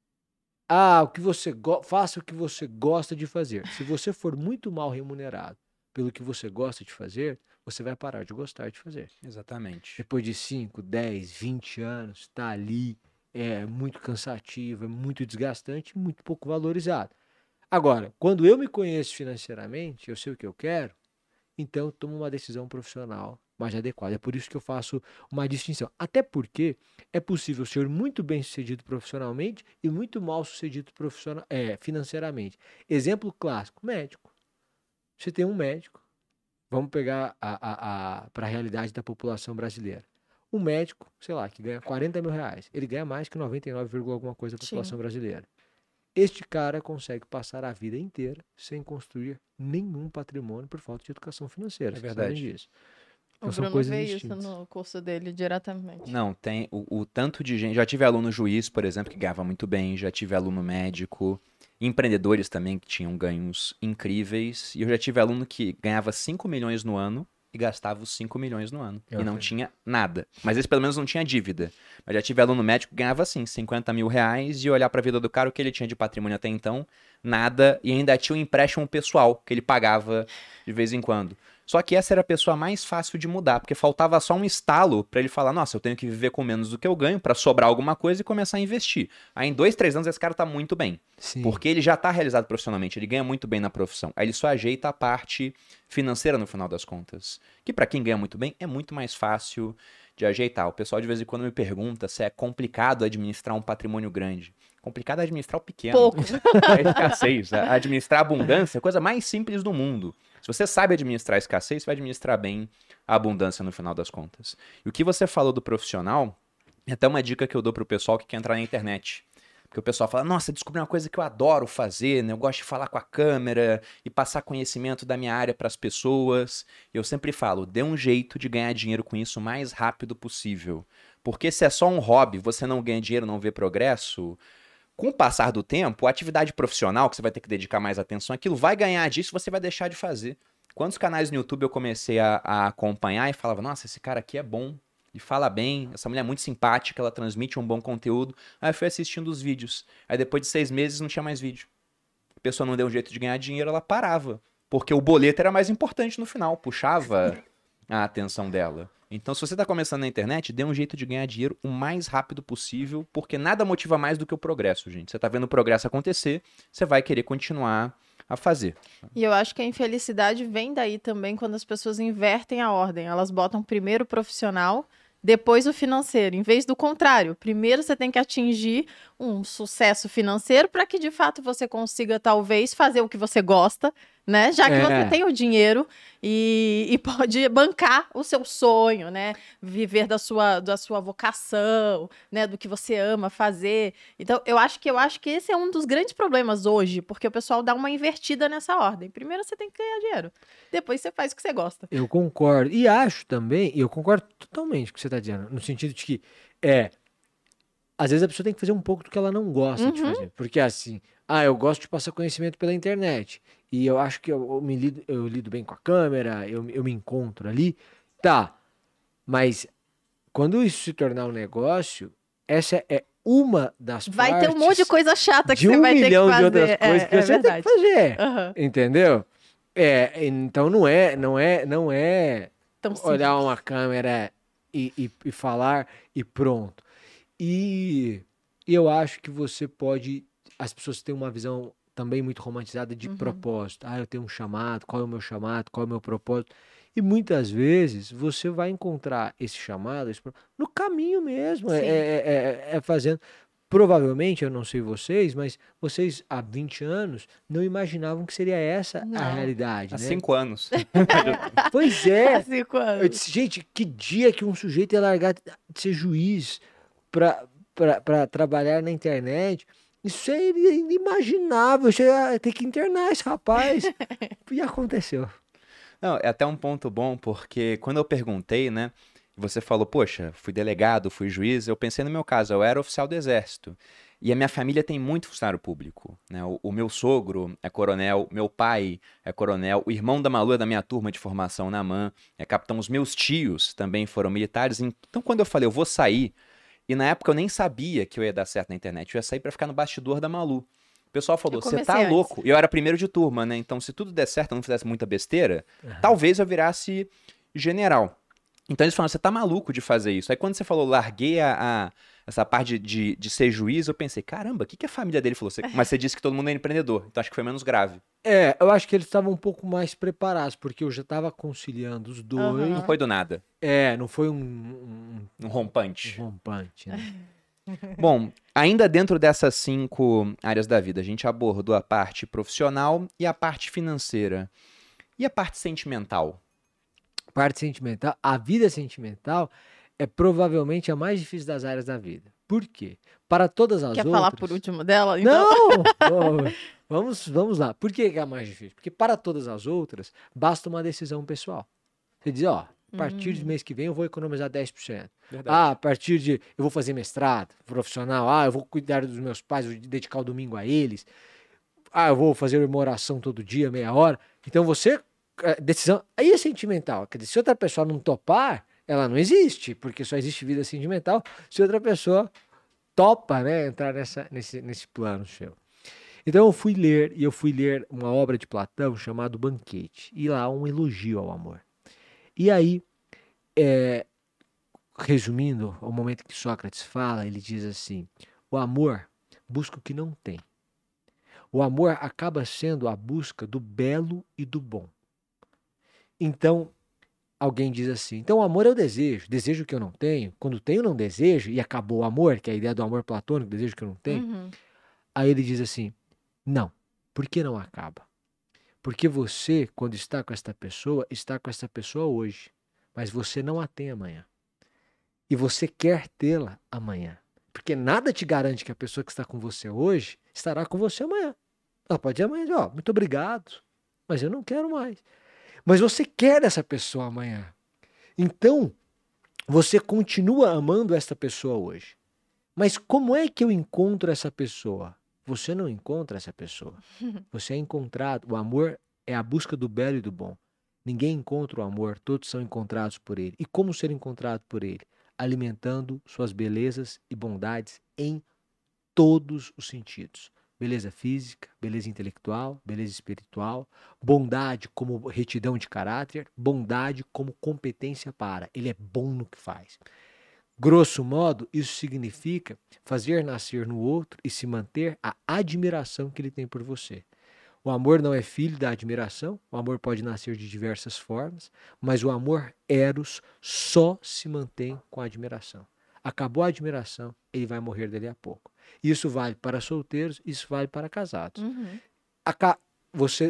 Faça o que você gosta de fazer. Se você for muito mal remunerado pelo que você gosta de fazer, você vai parar de gostar de fazer. Exatamente. Depois de 5, 10, 20 anos, está ali, é muito cansativo, é muito desgastante, muito pouco valorizado. Agora, quando eu me conheço financeiramente, eu sei o que eu quero, então eu tomo uma decisão profissional mais adequada. É por isso que eu faço uma distinção. Até porque é possível ser muito bem sucedido profissionalmente e muito mal sucedido financeiramente. Exemplo clássico, médico. Você tem um médico, vamos pegar para a realidade da população brasileira. Um médico, sei lá, que ganha 40 mil reais, ele ganha mais que 99, alguma coisa da população brasileira. Este cara consegue passar a vida inteira sem construir nenhum patrimônio por falta de educação financeira. É verdade. Disso. O Bruno vê isso no curso dele diretamente. Não, tem o tanto de gente. Já tive aluno juiz, por exemplo, que ganhava muito bem. Já tive aluno médico. Empreendedores também que tinham ganhos incríveis. E eu já tive aluno que ganhava 5 milhões no ano e gastava os 5 milhões no ano. E não tinha nada. Mas esse pelo menos não tinha dívida. Mas já tive aluno médico que ganhava assim, 50 mil reais e olhar para a vida do cara, o que ele tinha de patrimônio até então, nada. E ainda tinha um empréstimo pessoal que ele pagava de vez em quando. Só que essa era a pessoa mais fácil de mudar, porque faltava só um estalo para ele falar, nossa, eu tenho que viver com menos do que eu ganho para sobrar alguma coisa e começar a investir. Aí em 2, 3 anos esse cara tá muito bem. Sim. Porque ele já tá realizado profissionalmente, ele ganha muito bem na profissão. Aí ele só ajeita a parte financeira no final das contas. Que para quem ganha muito bem é muito mais fácil de ajeitar. O pessoal de vez em quando me pergunta se é complicado administrar um patrimônio grande. Complicado é administrar o pequeno. Pouco. É escassez. Administrar a abundância é a coisa mais simples do mundo. Se você sabe administrar a escassez, você vai administrar bem a abundância no final das contas. E o que você falou do profissional, é até uma dica que eu dou pro pessoal que quer entrar na internet. Porque o pessoal fala, nossa, descobri uma coisa que eu adoro fazer, né? Eu gosto de falar com a câmera e passar conhecimento da minha área para as pessoas. Eu sempre falo, dê um jeito de ganhar dinheiro com isso o mais rápido possível. Porque se é só um hobby, você não ganha dinheiro, não vê progresso, com o passar do tempo, a atividade profissional, que você vai ter que dedicar mais atenção, aquilo vai ganhar disso e você vai deixar de fazer. Quantos canais no YouTube eu comecei a acompanhar e falava, nossa, esse cara aqui é bom, e fala bem, essa mulher é muito simpática, ela transmite um bom conteúdo. Aí eu fui assistindo os vídeos. Aí depois de 6 meses não tinha mais vídeo. A pessoa não deu um jeito de ganhar dinheiro, ela parava. Porque o boleto era mais importante no final, puxava a atenção dela. Então, se você está começando na internet, dê um jeito de ganhar dinheiro o mais rápido possível, porque nada motiva mais do que o progresso, gente. Você está vendo o progresso acontecer, você vai querer continuar a fazer. E eu acho que a infelicidade vem daí também quando as pessoas invertem a ordem. Elas botam primeiro o profissional, depois o financeiro, em vez do contrário. Primeiro você tem que atingir um sucesso financeiro para que, de fato, você consiga, talvez, fazer o que você gosta, né? Já que você tem o dinheiro e pode bancar o seu sonho, né? Viver da sua vocação, né? Do que você ama fazer. Então, eu acho que esse é um dos grandes problemas hoje, porque o pessoal dá uma invertida nessa ordem. Primeiro você tem que ganhar dinheiro, depois você faz o que você gosta. Eu concordo. E acho também, eu concordo totalmente com o que você está dizendo, no sentido de que às vezes a pessoa tem que fazer um pouco do que ela não gosta de fazer. Porque assim, eu gosto de passar conhecimento pela internet. E eu acho que eu lido bem com a câmera, eu me encontro ali. Tá, mas quando isso se tornar um negócio, essa é uma das Vai partes ter um monte de coisa chata que de você um vai ter que milhão fazer. de outras coisas que você tem que fazer. Uhum. Entendeu? Então não é Tão olhar simples. uma câmera e falar e pronto. E eu acho que você pode... As pessoas têm uma visão também muito romantizada de propósito. Eu tenho um chamado, qual é o meu chamado, qual é o meu propósito? E muitas vezes você vai encontrar esse chamado no caminho mesmo, Sim. fazendo... Provavelmente, eu não sei vocês, mas vocês há 20 anos não imaginavam que seria essa a Não. realidade, Há né? 5 anos. Pois é. Há 5 anos. Eu disse, gente, que dia que um sujeito ia largar de ser juiz para trabalhar na internet? Isso é inimaginável. Você ia ter que internar esse rapaz. E aconteceu. Não, é até um ponto bom, porque quando eu perguntei, né, você falou, poxa, fui delegado, fui juiz, eu pensei no meu caso, eu era oficial do Exército. E a minha família tem muito funcionário público, né? O meu sogro é coronel, meu pai é coronel, o irmão da Malu é da minha turma de formação na AMAN, é capitão, os meus tios também foram militares. Então, quando eu falei, eu vou sair, e na época eu nem sabia que eu ia dar certo na internet, eu ia sair pra ficar no bastidor da Malu. O pessoal falou, Eu você comecei tá antes. louco? E eu era primeiro de turma, né? Então, se tudo der certo, eu não fizesse muita besteira, talvez eu virasse general. Então eles falaram, você tá maluco de fazer isso. Aí quando você falou, larguei essa parte de ser juiz, eu pensei, caramba, o que a família dele falou? Mas você disse que todo mundo é empreendedor, então acho que foi menos grave. Eu acho que eles estavam um pouco mais preparados, porque eu já estava conciliando os dois. Não foi do nada, Não foi um rompante. rompante, né? Bom, ainda dentro dessas 5 áreas da vida, a gente abordou a parte profissional e a parte financeira. E a parte sentimental? Parte sentimental, a vida sentimental é provavelmente a mais difícil das áreas da vida. Por quê? Para todas as Quer outras... falar por último dela? Então... Não! Vamos lá. Por que é a mais difícil? Porque para todas as outras, basta uma decisão pessoal. Você diz, a partir do mês que vem eu vou economizar 10%. Verdade. A partir de... Eu vou fazer mestrado profissional. Eu vou cuidar dos meus pais, vou dedicar o domingo a eles. Eu vou fazer uma oração todo dia, meia hora. Então você... Decisão... Aí é sentimental. Quer dizer, se outra pessoa não topar, ela não existe. Porque só existe vida sentimental se outra pessoa topa, né? Entrar nesse plano seu. Então eu fui ler uma obra de Platão chamada Banquete. E lá um elogio ao amor. E aí, resumindo, ao momento que Sócrates fala, ele diz assim, o amor busca o que não tem. O amor acaba sendo a busca do belo e do bom. Então, alguém diz assim, então o amor é o desejo que eu não tenho, quando tenho não desejo, e acabou o amor, que é a ideia do amor platônico, desejo que eu não tenho. Aí ele diz assim, não, por que não acaba? Porque você, quando está com esta pessoa hoje, mas você não a tem amanhã. E você quer tê-la amanhã. Porque nada te garante que a pessoa que está com você hoje estará com você amanhã. Ela pode dizer amanhã, muito obrigado, mas eu não quero mais. Mas você quer essa pessoa amanhã. Então, você continua amando essa pessoa hoje. Mas como é que eu encontro essa pessoa? Você não encontra essa pessoa. Você é encontrado. O amor é a busca do belo e do bom. Ninguém encontra o amor, todos são encontrados por ele. E como ser encontrado por ele? Alimentando suas belezas e bondades em todos os sentidos. Beleza física, beleza intelectual, beleza espiritual, bondade como retidão de caráter, bondade como competência para. Ele é bom no que faz. Grosso modo, isso significa fazer nascer no outro e se manter a admiração que ele tem por você. O amor não é filho da admiração, o amor pode nascer de diversas formas, mas o amor eros só se mantém com a admiração. Acabou a admiração, ele vai morrer dali a pouco. Isso vale para solteiros, isso vale para casados. Você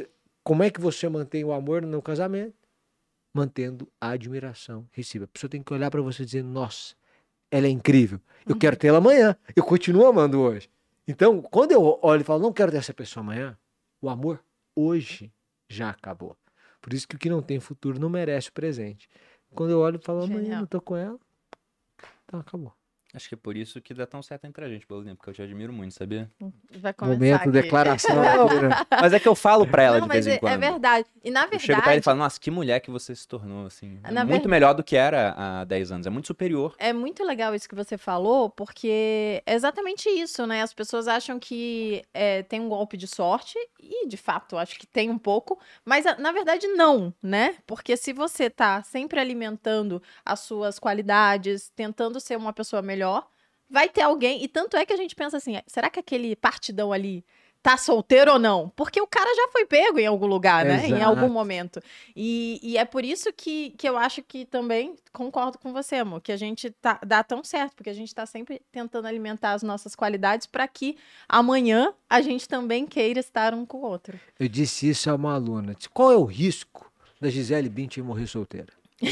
Como é que você mantém o amor no casamento? Mantendo a admiração recíproca. A pessoa tem que olhar para você e dizer, nossa, ela é incrível. Eu quero ter ela amanhã. Eu continuo amando hoje. Então, quando eu olho e falo, não quero ter essa pessoa amanhã, o amor hoje já acabou. Por isso que o que não tem futuro não merece o presente. Quando eu olho e falo, amanhã eu Genial. não tô com ela, então acabou. Acho que é por isso que dá tão certo entre a gente, Paulinho, porque eu te admiro muito, sabia? Vai começar Momento, aqui. declaração. Mas é que eu falo pra ela Não, de vez mas em quando. é verdade. E na Eu chego pra ela e verdade, falo, nossa, que mulher que você se tornou, assim. Na Muito ver- melhor do que era há 10 anos. É muito superior. é muito legal isso que você falou, porque é exatamente isso, né? As pessoas acham que tem um golpe de sorte, e de fato, acho que tem um pouco, mas na verdade não, né? Porque se você tá sempre alimentando as suas qualidades, tentando ser uma pessoa melhor, vai ter alguém, e tanto é que a gente pensa assim, será que aquele partidão ali tá solteiro ou não? Porque o cara já foi pego em algum lugar, né? Em algum Exato. momento. E é por isso que eu acho que também concordo com você, amor, que a gente dá tão certo, porque a gente tá sempre tentando alimentar as nossas qualidades para que amanhã a gente também queira estar um com o outro. Eu disse isso a uma aluna. Disse, qual é o risco da Gisele Bündchen morrer solteira?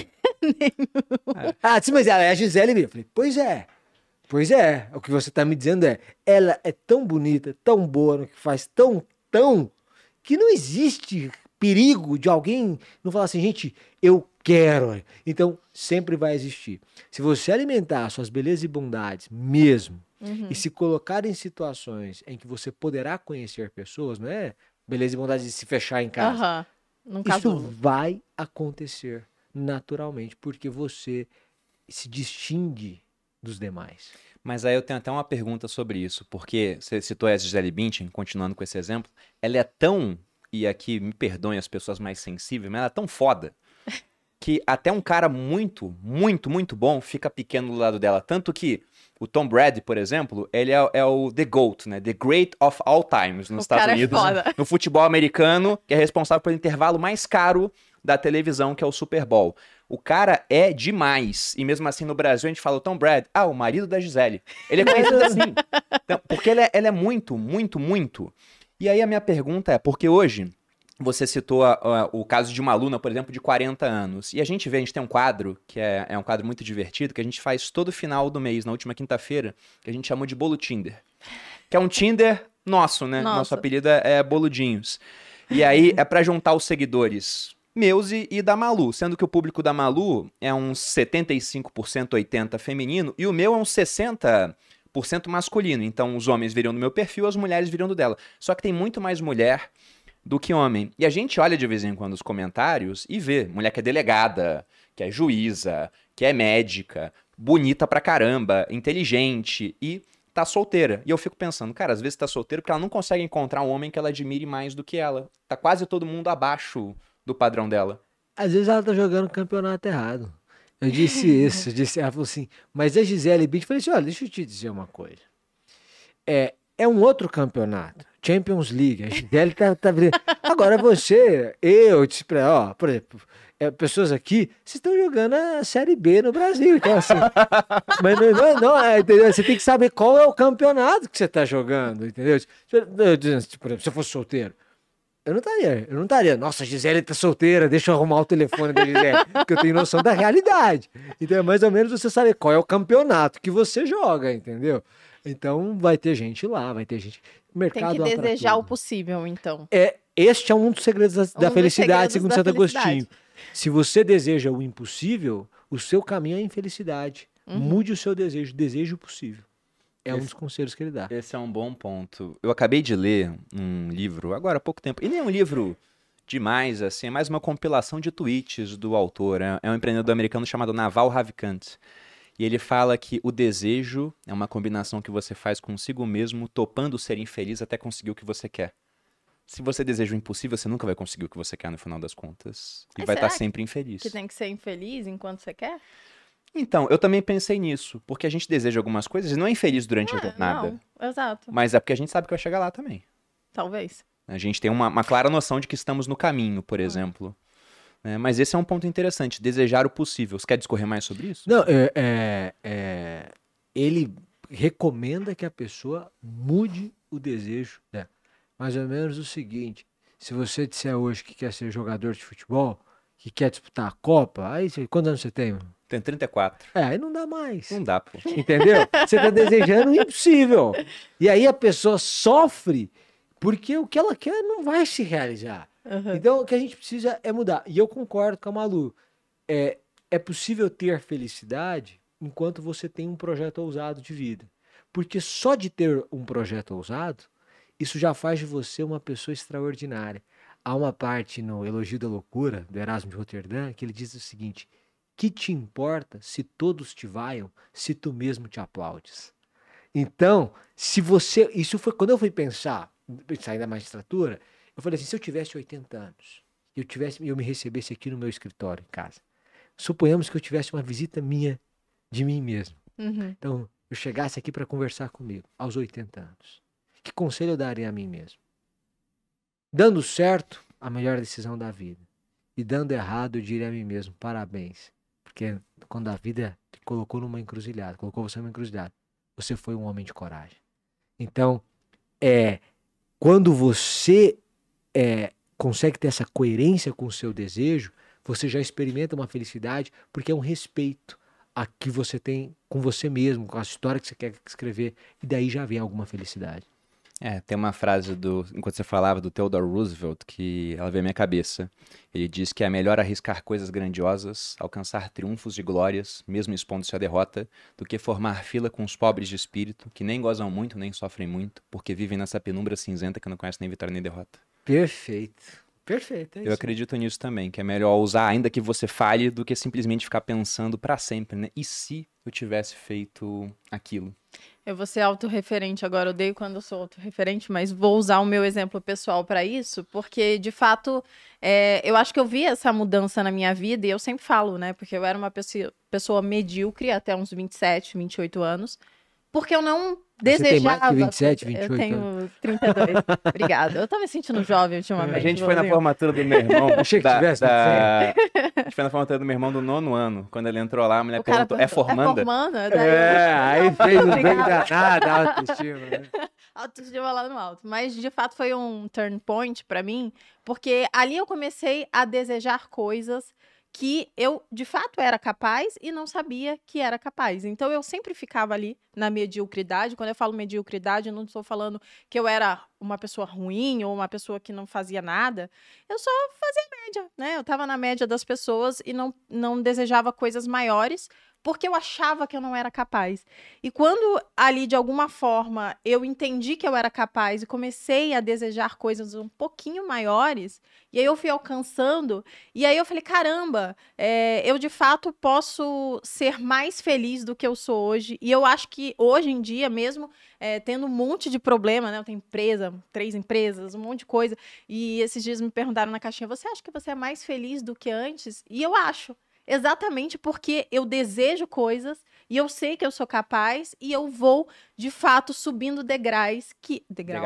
Ah, disse, mas ela é a Gisele Bündchen. Eu falei, pois é. Pois é. O que você está me dizendo é, ela é tão bonita, tão boa no que faz, tão, que não existe perigo de alguém não falar assim, gente, eu quero. Então, sempre vai existir. Se você alimentar suas belezas e bondades mesmo, e se colocar em situações em que você poderá conhecer pessoas, não é beleza e bondade de se fechar em casa. Aham. Num Isso casulo. vai acontecer naturalmente, porque você se distingue dos demais. Mas aí eu tenho até uma pergunta sobre isso, porque você citou a Gisele Bündchen, continuando com esse exemplo, ela é tão, e aqui me perdoem as pessoas mais sensíveis, mas ela é tão foda, que até um cara muito, muito, muito bom fica pequeno do lado dela. Tanto que o Tom Brady, por exemplo, ele é o The GOAT, né? The Great of All Times nos O Estados cara é Unidos. foda. No futebol americano, que é responsável pelo intervalo mais caro da televisão, que é o Super Bowl. O cara é demais. E mesmo assim, no Brasil, a gente fala o Tom Brady, o marido da Gisele. Ele é conhecido assim. Então, porque ele é muito, muito, muito. E aí a minha pergunta é, porque hoje você citou o caso de uma aluna, por exemplo, de 40 anos. E a gente tem um quadro, que é um quadro muito divertido, que a gente faz todo final do mês, na última quinta-feira, que a gente chamou de Bolo Tinder. Que é um Tinder nosso, né? Nossa. Nosso apelido é Boludinhos. E aí é pra juntar os seguidores meus e da Malu, sendo que o público da Malu é uns 75%, 80% feminino, e o meu é uns 60% masculino. Então os homens viriam no meu perfil, as mulheres viriam do dela. Só que tem muito mais mulher do que homem. E a gente olha de vez em quando os comentários e vê mulher que é delegada, que é juíza, que é médica, bonita pra caramba, inteligente e tá solteira. E eu fico pensando, cara, às vezes tá solteira porque ela não consegue encontrar um homem que ela admire mais do que ela. Tá quase todo mundo abaixo do padrão dela. Às vezes ela tá jogando o campeonato errado. Eu disse isso, ela falou assim, mas a Gisele Bündchen, eu falei assim, olha, deixa eu te dizer uma coisa. É um outro campeonato, Champions League, a Gisele tá virando. Agora você, por exemplo, pessoas aqui, vocês estão jogando a Série B no Brasil, então assim, mas entendeu? Você tem que saber qual é o campeonato que você tá jogando, entendeu? Por exemplo, se eu fosse solteiro, eu não estaria, nossa, a Gisele tá solteira, deixa eu arrumar o telefone da Gisele, porque eu tenho noção da realidade. Então é mais ou menos você saber qual é o campeonato que você joga, entendeu? Então vai ter gente lá, vai ter gente. O mercado Tem que há pra desejar o tudo. possível, então. Este é um dos segredos da dos felicidade, segredos segundo da Santo felicidade. Agostinho. Se você deseja o impossível, o seu caminho é a infelicidade. Mude o seu desejo, deseje o possível. É um dos conselhos que ele dá. Esse é um bom ponto. Eu acabei de ler um livro, agora há pouco tempo. Ele é um livro demais, assim, é mais uma compilação de tweets do autor. É um empreendedor americano chamado Naval Ravikant. E ele fala que o desejo é uma combinação que você faz consigo mesmo, topando ser infeliz até conseguir o que você quer. Se você deseja o impossível, você nunca vai conseguir o que você quer no final das contas. E Mas vai estar será sempre infeliz. Que tem que ser infeliz enquanto você quer? Então, eu também pensei nisso, porque a gente deseja algumas coisas e não é infeliz durante a jornada. Não, exato. Mas é porque a gente sabe que vai chegar lá também. Talvez. A gente tem uma clara noção de que estamos no caminho, por exemplo. Mas esse é um ponto interessante, desejar o possível. Você quer discorrer mais sobre isso? Não, ele recomenda que a pessoa mude o desejo dela. Mais ou menos o seguinte: Se você disser hoje que quer ser jogador de futebol, que quer disputar a Copa, aí quantos anos você tem? Tem 34. Aí não dá mais. Não dá, pô. Entendeu? Você tá desejando o impossível. E aí a pessoa sofre porque o que ela quer não vai se realizar. Uhum. Então o que a gente precisa é mudar. E eu concordo com a Malu. É possível ter felicidade enquanto você tem um projeto ousado de vida. Porque só de ter um projeto ousado, isso já faz de você uma pessoa extraordinária. Há uma parte no Elogio da Loucura, do Erasmo de Roterdã, que ele diz o seguinte: que te importa se todos te vaiam, se tu mesmo te aplaudes? Então, se você... Isso foi quando eu fui pensar sair da magistratura, eu falei assim, se eu tivesse 80 anos, eu me recebesse aqui no meu escritório, em casa, suponhamos que eu tivesse uma visita minha, de mim mesmo. Uhum. Então, eu chegasse aqui para conversar comigo, aos 80 anos. Que conselho eu daria a mim mesmo? Dando certo, a melhor decisão da vida. E dando errado, eu diria a mim mesmo, parabéns. Porque quando a vida te colocou numa encruzilhada, colocou você numa encruzilhada, você foi um homem de coragem. Então, quando você consegue ter essa coerência com o seu desejo, você já experimenta uma felicidade, porque é um respeito a que você tem com você mesmo, com a história que você quer escrever, e daí já vem alguma felicidade. Tem uma frase enquanto você falava do Theodore Roosevelt, que ela veio à minha cabeça. Ele diz que é melhor arriscar coisas grandiosas, alcançar triunfos e glórias, mesmo expondo-se à derrota, do que formar fila com os pobres de espírito, que nem gozam muito, nem sofrem muito, porque vivem nessa penumbra cinzenta que não conhece nem vitória nem derrota. Perfeito. Perfeito, é isso. Eu acredito nisso também, que é melhor usar, ainda que você falhe, do que simplesmente ficar pensando pra sempre, né? E se eu tivesse feito aquilo? Eu vou ser autorreferente agora, eu odeio quando eu sou autorreferente, mas vou usar o meu exemplo pessoal para isso, porque, de fato, eu acho que eu vi essa mudança na minha vida, e eu sempre falo, né, porque eu era uma pessoa medíocre até uns 27, 28 anos, porque eu não desejava... Você tem mais que 27, 28 Eu tenho anos. 32. Obrigada. Eu tô me sentindo jovem ultimamente. A gente foi na formatura do meu irmão. Achei que tivesse A gente foi na formatura do meu irmão do 9º ano. Quando ele entrou lá, a mulher perguntou, é formanda? É formanda? Aí fez um bem danado a autoestima, né? Autoestima lá no alto. Mas, de fato, foi um turn point pra mim, porque ali eu comecei a desejar coisas que eu, de fato, era capaz e não sabia que era capaz. Então, eu sempre ficava ali na mediocridade. Quando eu falo mediocridade, eu não estou falando que eu era uma pessoa ruim ou uma pessoa que não fazia nada. Eu só fazia média, né? Eu estava na média das pessoas e não desejava coisas maiores, porque eu achava que eu não era capaz. E quando ali, de alguma forma, eu entendi que eu era capaz e comecei a desejar coisas um pouquinho maiores, e aí eu fui alcançando, e aí eu falei, caramba, eu de fato posso ser mais feliz do que eu sou hoje. E eu acho que hoje em dia, mesmo tendo um monte de problema, né? Eu tenho 3 empresas, um monte de coisa, e esses dias me perguntaram na caixinha, você acha que você é mais feliz do que antes? E eu acho. Exatamente porque eu desejo coisas e eu sei que eu sou capaz e eu vou, de fato, subindo degraus que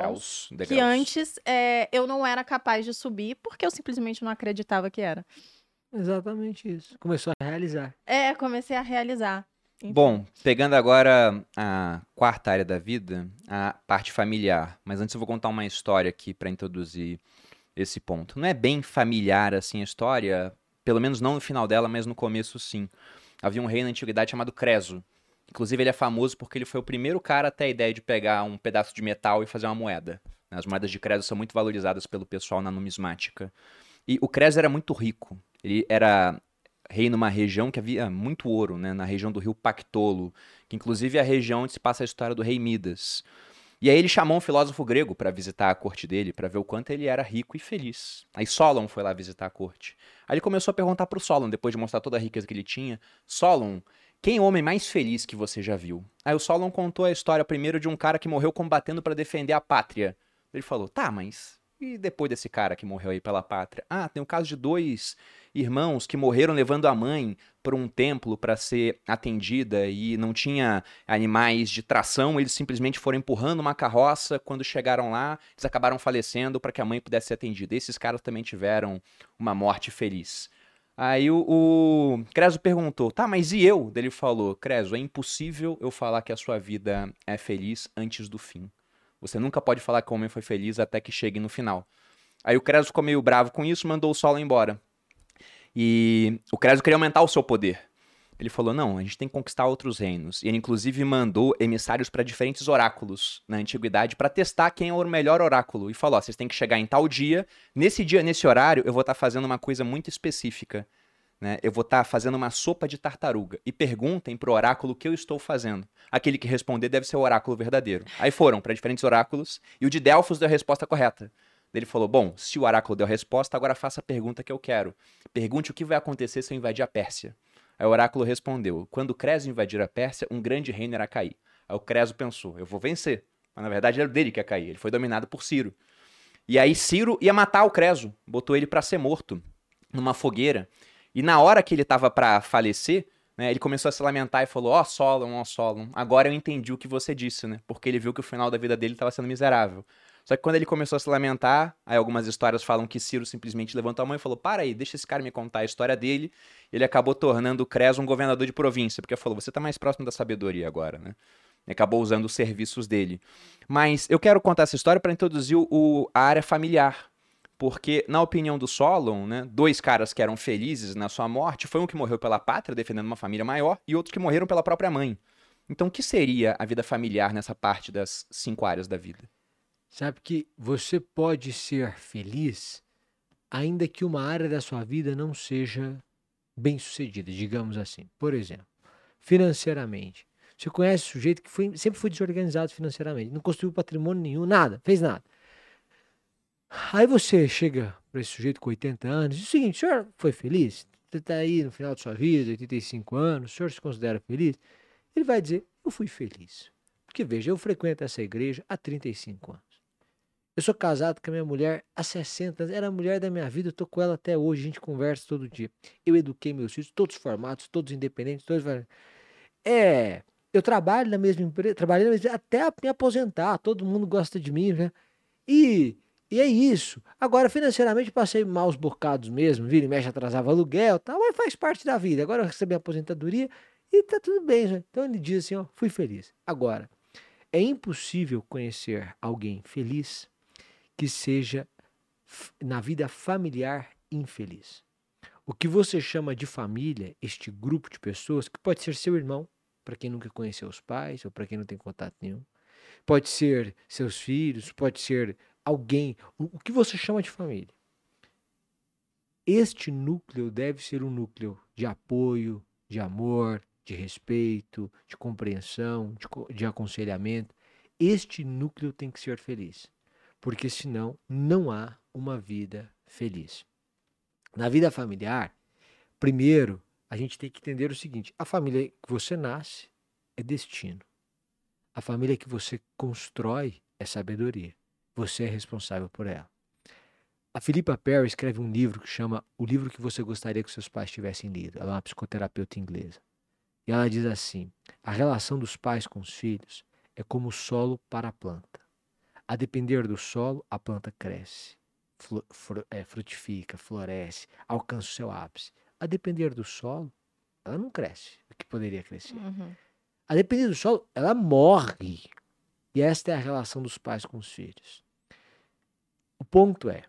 antes eu não era capaz de subir porque eu simplesmente não acreditava que era. Exatamente isso. Começou a realizar. Comecei a realizar. Enfim. Bom, pegando agora a quarta área da vida, a parte familiar. Mas antes eu vou contar uma história aqui para introduzir esse ponto. Não é bem familiar assim a história... Pelo menos não no final dela, mas no começo sim. Havia um rei na antiguidade chamado Creso. Inclusive ele é famoso porque ele foi o primeiro cara a ter a ideia de pegar um pedaço de metal e fazer uma moeda. As moedas de Creso são muito valorizadas pelo pessoal na numismática. E o Creso era muito rico. Ele era rei numa região que havia muito ouro, né? Na região do rio Pactolo, que inclusive é a região onde se passa a história do rei Midas. E aí ele chamou um filósofo grego para visitar a corte dele, para ver o quanto ele era rico e feliz. Aí Solon foi lá visitar a corte. Aí ele começou a perguntar pro Solon, depois de mostrar toda a riqueza que ele tinha, Solon, quem é o homem mais feliz que você já viu? Aí o Solon contou a história primeiro de um cara que morreu combatendo para defender a pátria. Ele falou, tá, mas e depois desse cara que morreu aí pela pátria? Ah, tem o caso de 2 irmãos que morreram levando a mãe para um templo para ser atendida e não tinha animais de tração, eles simplesmente foram empurrando uma carroça, quando chegaram lá, eles acabaram falecendo para que a mãe pudesse ser atendida. Esses caras também tiveram uma morte feliz. Aí o Creso perguntou, tá, mas e eu? Ele falou, Creso, é impossível eu falar que a sua vida é feliz antes do fim. Você nunca pode falar que o homem foi feliz até que chegue no final. Aí o Creso ficou meio bravo com isso, mandou o Solon embora. E o Creso queria aumentar o seu poder. Ele falou, não, a gente tem que conquistar outros reinos. E ele, inclusive, mandou emissários para diferentes oráculos na antiguidade para testar quem é o melhor oráculo. E falou, ó, vocês têm que chegar em tal dia, nesse horário, eu vou estar fazendo uma coisa muito específica. Né? Eu vou estar fazendo uma sopa de tartaruga. E perguntem pro oráculo o que eu estou fazendo. Aquele que responder deve ser o oráculo verdadeiro. Aí foram para diferentes oráculos e o de Delfos deu a resposta correta. Ele falou, bom, se o oráculo deu a resposta, agora faça a pergunta que eu quero. Pergunte o que vai acontecer se eu invadir a Pérsia. Aí o oráculo respondeu, quando Creso invadir a Pérsia, um grande reino irá cair. Aí o Creso pensou, eu vou vencer. Mas na verdade era dele que ia cair, ele foi dominado por Ciro. E aí Ciro ia matar o Creso, botou ele para ser morto numa fogueira. E na hora que ele estava para falecer, né, ele começou a se lamentar e falou, ó Solon, agora eu entendi o que você disse, né? Porque ele viu que o final da vida dele estava sendo miserável. Só que quando ele começou a se lamentar, aí algumas histórias falam que Ciro simplesmente levantou a mão e falou, para aí, deixa esse cara me contar a história dele. Ele acabou tornando o Creso um governador de província, porque falou, você tá mais próximo da sabedoria agora, né? E acabou usando os serviços dele. Mas eu quero contar essa história para introduzir a área familiar. Porque, na opinião do Solon, né, 2 caras que eram felizes na sua morte, foi um que morreu pela pátria, defendendo uma família maior, e outros que morreram pela própria mãe. Então, o que seria a vida familiar nessa parte das 5 áreas da vida? Sabe que você pode ser feliz ainda que uma área da sua vida não seja bem sucedida, digamos assim. Por exemplo, financeiramente. Você conhece um sujeito que sempre foi desorganizado financeiramente, não construiu patrimônio nenhum, nada, fez nada. Aí você chega para esse sujeito com 80 anos e diz o seguinte, o senhor foi feliz? Você está aí no final de sua vida, 85 anos, o senhor se considera feliz? Ele vai dizer, eu fui feliz. Porque veja, eu frequento essa igreja há 35 anos. Eu sou casado com a minha mulher há 60 anos, era a mulher da minha vida, eu tô com ela até hoje, a gente conversa todo dia. Eu eduquei meus filhos, todos formados, todos independentes, todos... Eu trabalho na mesma empresa, trabalhei na mesma empresa até me aposentar, todo mundo gosta de mim, né? E é isso. Agora, financeiramente, passei maus bocados mesmo, vira e mexe, atrasava aluguel, tal, mas faz parte da vida. Agora eu recebi a aposentadoria e tá tudo bem, né? Então ele diz assim, ó, fui feliz. Agora, é impossível conhecer alguém feliz que seja, na vida familiar, infeliz. O que você chama de família, este grupo de pessoas, que pode ser seu irmão, para quem nunca conheceu os pais, ou para quem não tem contato nenhum, pode ser seus filhos, pode ser alguém, o que você chama de família. Este núcleo deve ser um núcleo de apoio, de amor, de respeito, de compreensão, de aconselhamento. Este núcleo tem que ser feliz. Porque senão não há uma vida feliz. Na vida familiar, primeiro, a gente tem que entender o seguinte, a família que você nasce é destino. A família que você constrói é sabedoria. Você é responsável por ela. A Philippa Perry escreve um livro que chama O Livro que Você Gostaria que Seus Pais Tivessem Lido. Ela é uma psicoterapeuta inglesa. E ela diz assim, a relação dos pais com os filhos é como o solo para a planta. A depender do solo, a planta cresce, frutifica, floresce, alcança o seu ápice. A depender do solo, ela não cresce, o que poderia crescer. A depender do solo, ela morre. E esta é a relação dos pais com os filhos. O ponto é,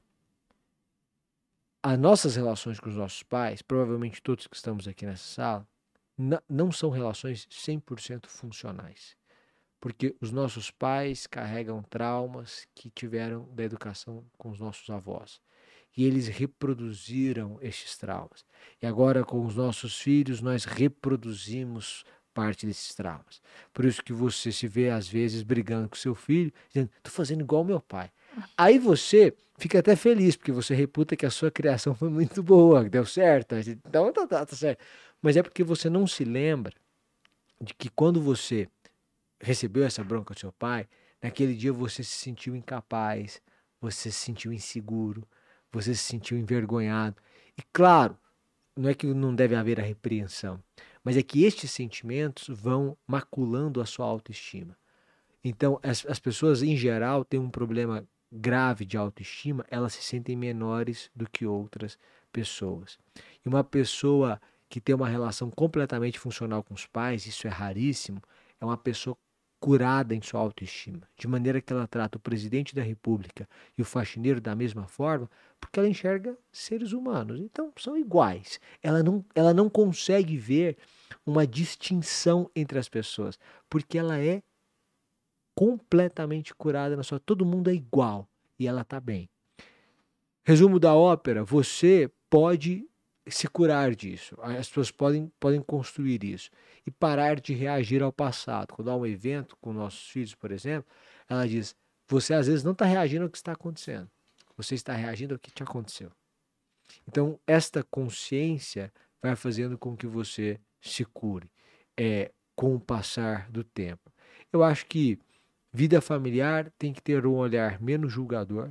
as nossas relações com os nossos pais, provavelmente todos que estamos aqui nessa sala, não são relações 100% funcionais. Porque os nossos pais carregam traumas que tiveram da educação com os nossos avós. E eles reproduziram estes traumas. E agora, com os nossos filhos, nós reproduzimos parte desses traumas. Por isso que você se vê, às vezes, brigando com seu filho, dizendo, estou fazendo igual ao meu pai. Aí você fica até feliz, porque você reputa que a sua criação foi muito boa, que deu certo. Então, tá certo. Mas é porque você não se lembra de que quando você recebeu essa bronca do seu pai, naquele dia você se sentiu incapaz, você se sentiu inseguro, você se sentiu envergonhado. E claro, não é que não deve haver a repreensão, mas é que estes sentimentos vão maculando a sua autoestima. Então, as pessoas em geral têm um problema grave de autoestima, elas se sentem menores do que outras pessoas. E uma pessoa que tem uma relação completamente funcional com os pais, isso é raríssimo, é uma pessoa curada em sua autoestima, de maneira que ela trata o presidente da República e o faxineiro da mesma forma, porque ela enxerga seres humanos, então são iguais. Ela não consegue ver uma distinção entre as pessoas, porque ela é completamente curada na sua, todo mundo é igual e ela está bem. Resumo da ópera, você pode se curar disso, as pessoas podem construir isso e parar de reagir ao passado. Quando há um evento com nossos filhos, por exemplo, ela diz, você às vezes não está reagindo ao que está acontecendo, você está reagindo ao que te aconteceu. Então, esta consciência vai fazendo com que você se cure com o passar do tempo. Eu acho que vida familiar tem que ter um olhar menos julgador,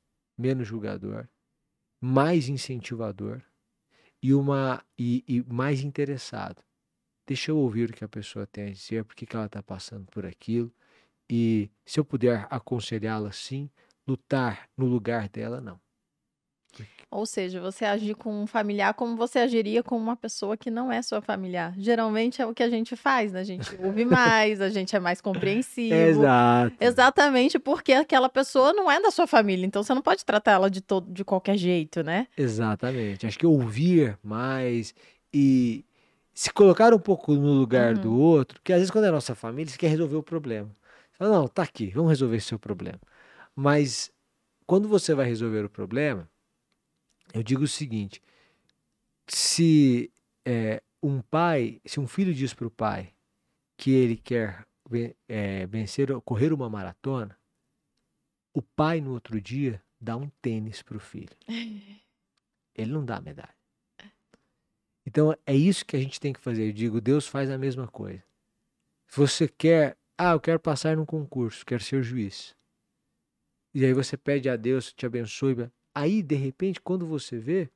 mais incentivador e mais interessado. Deixa eu ouvir o que a pessoa tem a dizer, por que ela está passando por aquilo, e se eu puder aconselhá-la sim, lutar no lugar dela, não. Ou seja, você agir com um familiar como você agiria com uma pessoa que não é sua familiar. Geralmente é o que a gente faz, né? A gente ouve mais, a gente é mais compreensivo. Exato. Exatamente porque aquela pessoa não é da sua família, então você não pode tratar ela de qualquer jeito, né? Exatamente. Acho que ouvir mais e se colocar um pouco no lugar do outro, porque às vezes quando é nossa família, você quer resolver o problema. Você fala, não, tá aqui, vamos resolver esse seu problema. Mas quando você vai resolver o problema, eu digo o seguinte, se um filho diz para o pai que ele quer correr uma maratona, o pai no outro dia dá um tênis para o filho. Ele não dá a medalha. Então é isso que a gente tem que fazer. Eu digo, Deus faz a mesma coisa. Se você quer, eu quero passar num concurso, quero ser juiz. E aí você pede a Deus, te abençoe. Aí, de repente, quando você vê,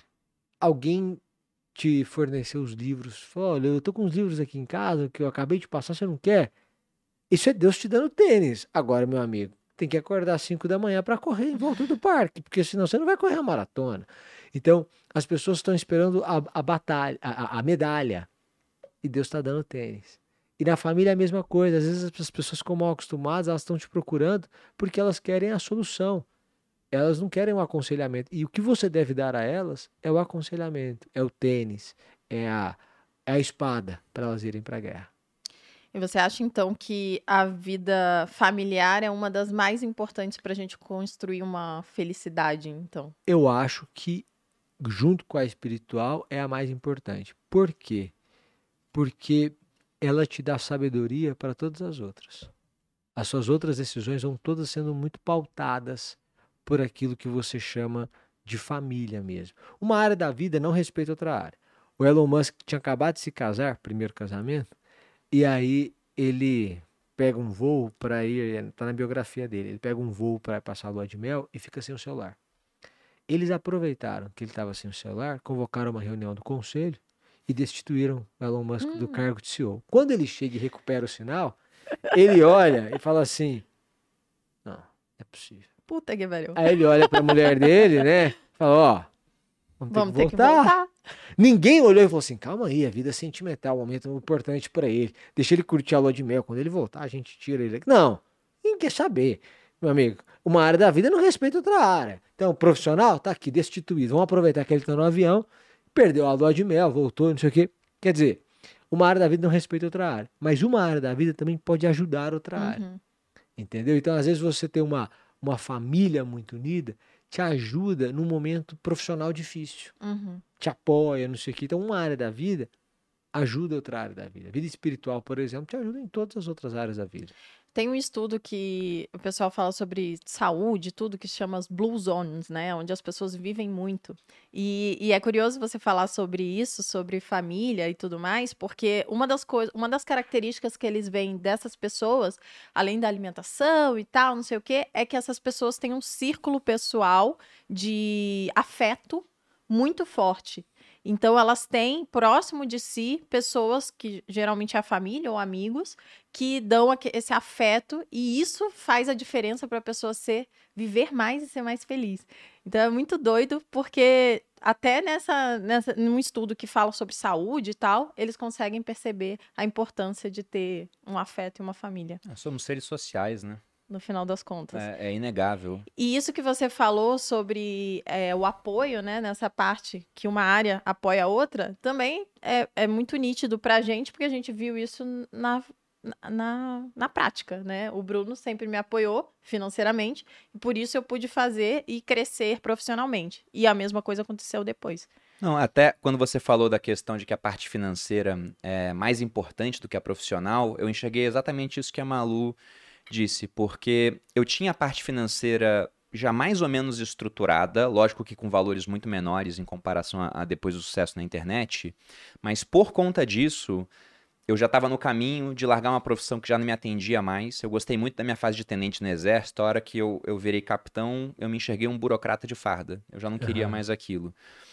alguém te forneceu os livros. Fala, olha, eu tô com uns livros aqui em casa que eu acabei de passar, você não quer? Isso é Deus te dando tênis. Agora, meu amigo, tem que acordar às 5 da manhã para correr em volta do parque, porque senão você não vai correr a maratona. Então, as pessoas estão esperando a batalha, a medalha, e Deus está dando tênis. E na família é a mesma coisa. Às vezes as pessoas ficam mal acostumadas, elas estão te procurando porque elas querem a solução. Elas não querem um aconselhamento. E o que você deve dar a elas é o aconselhamento, é o tênis, é a espada para elas irem para a guerra. E você acha, então, que a vida familiar é uma das mais importantes para a gente construir uma felicidade, então? Eu acho que, junto com a espiritual, é a mais importante. Por quê? Porque ela te dá sabedoria para todas as outras. As suas outras decisões vão todas sendo muito pautadas por aquilo que você chama de família mesmo. Uma área da vida não respeita outra área. O Elon Musk tinha acabado de se casar, primeiro casamento, e aí ele pega um voo para ir, tá na biografia dele, ele pega um voo para passar a lua de mel e fica sem o celular. Eles aproveitaram que ele estava sem o celular, convocaram uma reunião do conselho e destituíram o Elon Musk do cargo de CEO. Quando ele chega e recupera o sinal, ele olha e fala assim, não é possível. Puta que pariu. Aí ele olha para a mulher dele, né? Fala, vamos ter que voltar. Ninguém olhou e falou assim, calma aí, a vida sentimental é um momento importante para ele. Deixa ele curtir a lua de mel. Quando ele voltar, a gente tira ele. Não, ninguém quer saber, meu amigo. Uma área da vida não respeita outra área. Então, o profissional tá aqui destituído. Vamos aproveitar que ele tá no avião, perdeu a lua de mel, voltou, não sei o quê. Quer dizer, uma área da vida não respeita outra área. Mas uma área da vida também pode ajudar outra área. Entendeu? Então, às vezes, você tem uma família muito unida, te ajuda num momento profissional difícil. Te apoia, não sei o quê. Então, uma área da vida ajuda outra área da vida. A vida espiritual, por exemplo, te ajuda em todas as outras áreas da vida. Tem um estudo que o pessoal fala sobre saúde, tudo que se chama as Blue Zones, né? Onde as pessoas vivem muito. E é curioso você falar sobre isso, sobre família e tudo mais, porque uma das características que eles veem dessas pessoas, além da alimentação e tal, não sei o quê, é que essas pessoas têm um círculo pessoal de afeto muito forte. Então, elas têm próximo de si pessoas que geralmente é a família ou amigos que dão esse afeto e isso faz a diferença para a pessoa viver mais e ser mais feliz. Então, é muito doido porque até num estudo que fala sobre saúde e tal, eles conseguem perceber a importância de ter um afeto e uma família, Somos seres sociais, né? no final das contas. É inegável. E isso que você falou sobre o apoio, né, nessa parte que uma área apoia a outra, também é muito nítido pra gente, porque a gente viu isso na prática, né? O Bruno sempre me apoiou financeiramente, e por isso eu pude fazer e crescer profissionalmente. E a mesma coisa aconteceu depois. Não, até quando você falou da questão de que a parte financeira é mais importante do que a profissional, eu enxerguei exatamente isso que a Malu disse, porque eu tinha a parte financeira já mais ou menos estruturada, lógico que com valores muito menores em comparação a depois do sucesso na internet, mas por conta disso, eu já estava no caminho de largar uma profissão que já não me atendia mais. Eu gostei muito da minha fase de tenente no exército, a hora que eu virei capitão, eu me enxerguei um burocrata de farda, eu já não queria mais aquilo.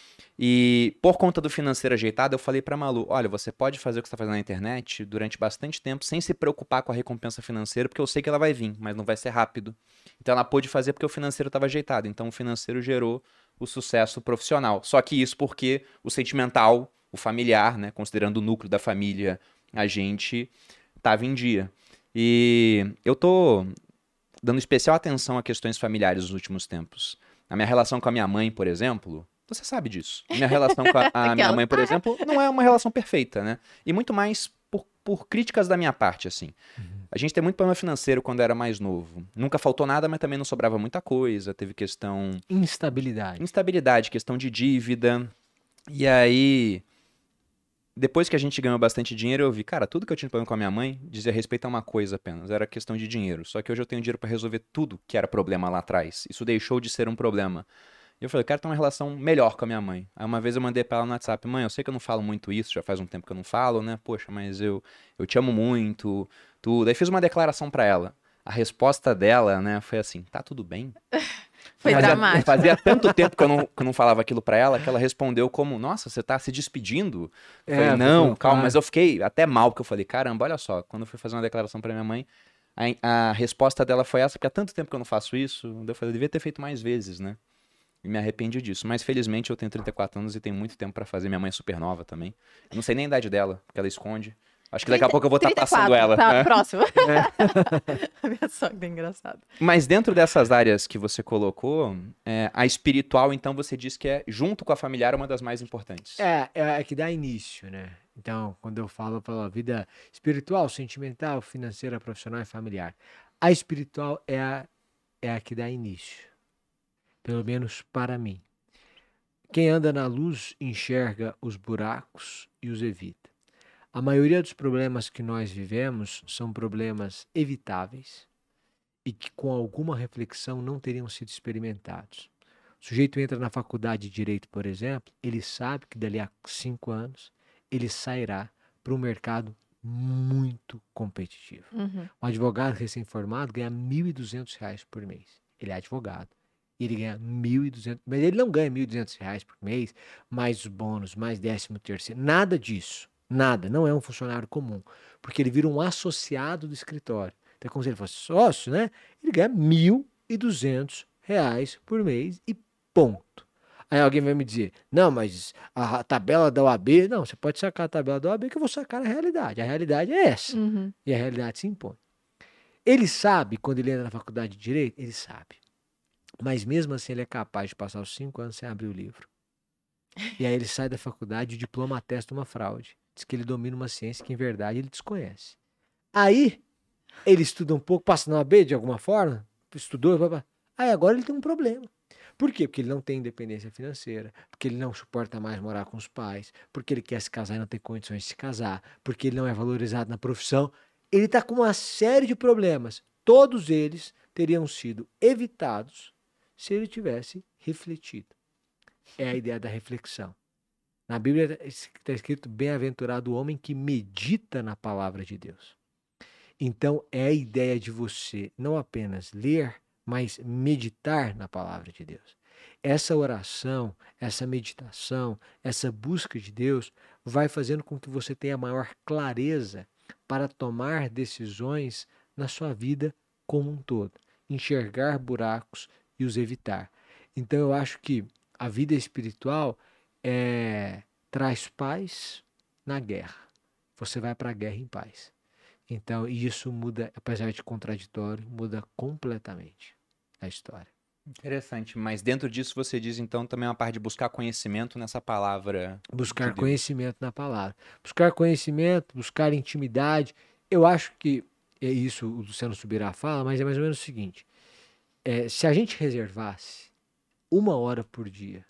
E por conta do financeiro ajeitado, eu falei pra Malu, olha, você pode fazer o que você está fazendo na internet durante bastante tempo sem se preocupar com a recompensa financeira, porque eu sei que ela vai vir, mas não vai ser rápido. Então ela pôde fazer porque o financeiro estava ajeitado. Então o financeiro gerou o sucesso profissional. Só que isso porque o sentimental, o familiar, né, considerando o núcleo da família, a gente estava em dia. E eu tô dando especial atenção a questões familiares nos últimos tempos. A minha relação com a minha mãe, por exemplo, você sabe disso. Minha relação com a minha mãe, por exemplo, não é uma relação perfeita, né? E muito mais por críticas da minha parte, assim. A gente tem muito problema financeiro quando era mais novo. Nunca faltou nada, mas também não sobrava muita coisa. Teve questão... Instabilidade, questão de dívida. E aí... Depois que a gente ganhou bastante dinheiro, eu vi, cara, tudo que eu tinha problema com a minha mãe dizia respeito a uma coisa apenas, era questão de dinheiro. Só que hoje eu tenho dinheiro pra resolver tudo que era problema lá atrás. Isso deixou de ser um problema. E eu falei, eu quero ter uma relação melhor com a minha mãe. Aí uma vez eu mandei pra ela no WhatsApp, mãe, eu sei que eu não falo muito isso, já faz um tempo que eu não falo, né? Poxa, mas eu te amo muito, tudo. Aí fiz uma declaração pra ela. A resposta dela, né, foi assim, tá tudo bem? Foi dramático. Fazia tanto tempo que eu não falava aquilo pra ela, que ela respondeu como, nossa, você tá se despedindo? Eu falei, não, calma, mas eu fiquei até mal, porque eu falei, caramba, olha só, quando eu fui fazer uma declaração pra minha mãe, a resposta dela foi essa, porque há tanto tempo que eu não faço isso, eu falei, eu devia ter feito mais vezes, né? E me arrependi disso. Mas felizmente eu tenho 34 anos e tenho muito tempo pra fazer. Minha mãe é super nova também. Eu não sei nem a idade dela, porque ela esconde. Acho que daqui a pouco eu vou estar passando ela. Tá, próximo. A minha sogra é engraçada. Mas dentro dessas áreas que você colocou, a espiritual, então, você diz que é, junto com a familiar, uma das mais importantes. É que dá início, né? Então, quando eu falo vida espiritual, sentimental, financeira, profissional e familiar, a espiritual é a que dá início. Pelo menos para mim. Quem anda na luz enxerga os buracos e os evita. A maioria dos problemas que nós vivemos são problemas evitáveis e que com alguma reflexão não teriam sido experimentados. O sujeito entra na faculdade de Direito, por exemplo, ele sabe que dali a 5 anos ele sairá para um mercado muito competitivo. Uhum. Um advogado recém-formado ganha R$ 1.200 por mês. Ele é advogado. Ele ganha 1.200, mas ele não ganha R$ 1.200 por mês, mais os bônus, mais 13º, nada disso. Nada, não é um funcionário comum, porque ele vira um associado do escritório. Então é como se ele fosse sócio, né? Ele ganha R$ 1.200 por mês e ponto. Aí alguém vai me dizer, não, mas a tabela da OAB, não, você pode sacar a tabela da OAB que eu vou sacar a realidade. A realidade é essa. Uhum. E a realidade se impõe. Ele sabe, quando ele entra na faculdade de Direito, ele sabe. Mas mesmo assim ele é capaz de passar os 5 anos sem abrir o livro. E aí ele sai da faculdade e o diploma atesta uma fraude. Diz que ele domina uma ciência que, em verdade, ele desconhece. Aí, ele estuda um pouco, passa na OAB de alguma forma, estudou, aí agora ele tem um problema. Por quê? Porque ele não tem independência financeira, porque ele não suporta mais morar com os pais, porque ele quer se casar e não tem condições de se casar, porque ele não é valorizado na profissão. Ele está com uma série de problemas. Todos eles teriam sido evitados se ele tivesse refletido. É a ideia da reflexão. Na Bíblia está escrito, bem-aventurado o homem que medita na palavra de Deus. Então, é a ideia de você não apenas ler, mas meditar na palavra de Deus. Essa oração, essa meditação, essa busca de Deus vai fazendo com que você tenha maior clareza para tomar decisões na sua vida como um todo, enxergar buracos e os evitar. Então eu acho que a vida espiritual traz paz na guerra. Você vai para a guerra em paz. Então isso muda, apesar de contraditório, muda completamente a história. Interessante, mas dentro disso você diz então também uma parte de buscar conhecimento nessa palavra. Buscar de Deus. conhecimento na palavra. Buscar conhecimento, buscar intimidade. Eu acho que é isso o Luciano Subirá fala, mas é mais ou menos o seguinte. Se a gente reservasse 1 hora por dia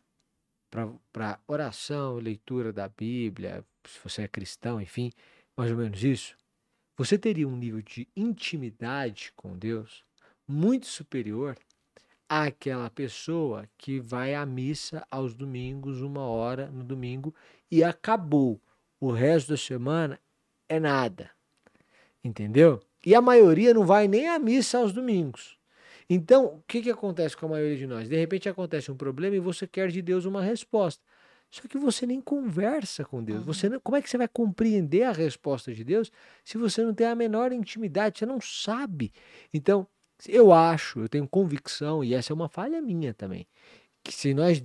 para oração, leitura da Bíblia, se você é cristão, enfim, mais ou menos isso, você teria um nível de intimidade com Deus muito superior àquela pessoa que vai à missa aos domingos, 1 hora no domingo, e acabou. O resto da semana é nada. Entendeu? E a maioria não vai nem à missa aos domingos. Então, o que acontece com a maioria de nós? De repente acontece um problema e você quer de Deus uma resposta. Só que você nem conversa com Deus. Como é que você vai compreender a resposta de Deus se você não tem a menor intimidade? Você não sabe. Então, eu tenho convicção, e essa é uma falha minha também, que se nós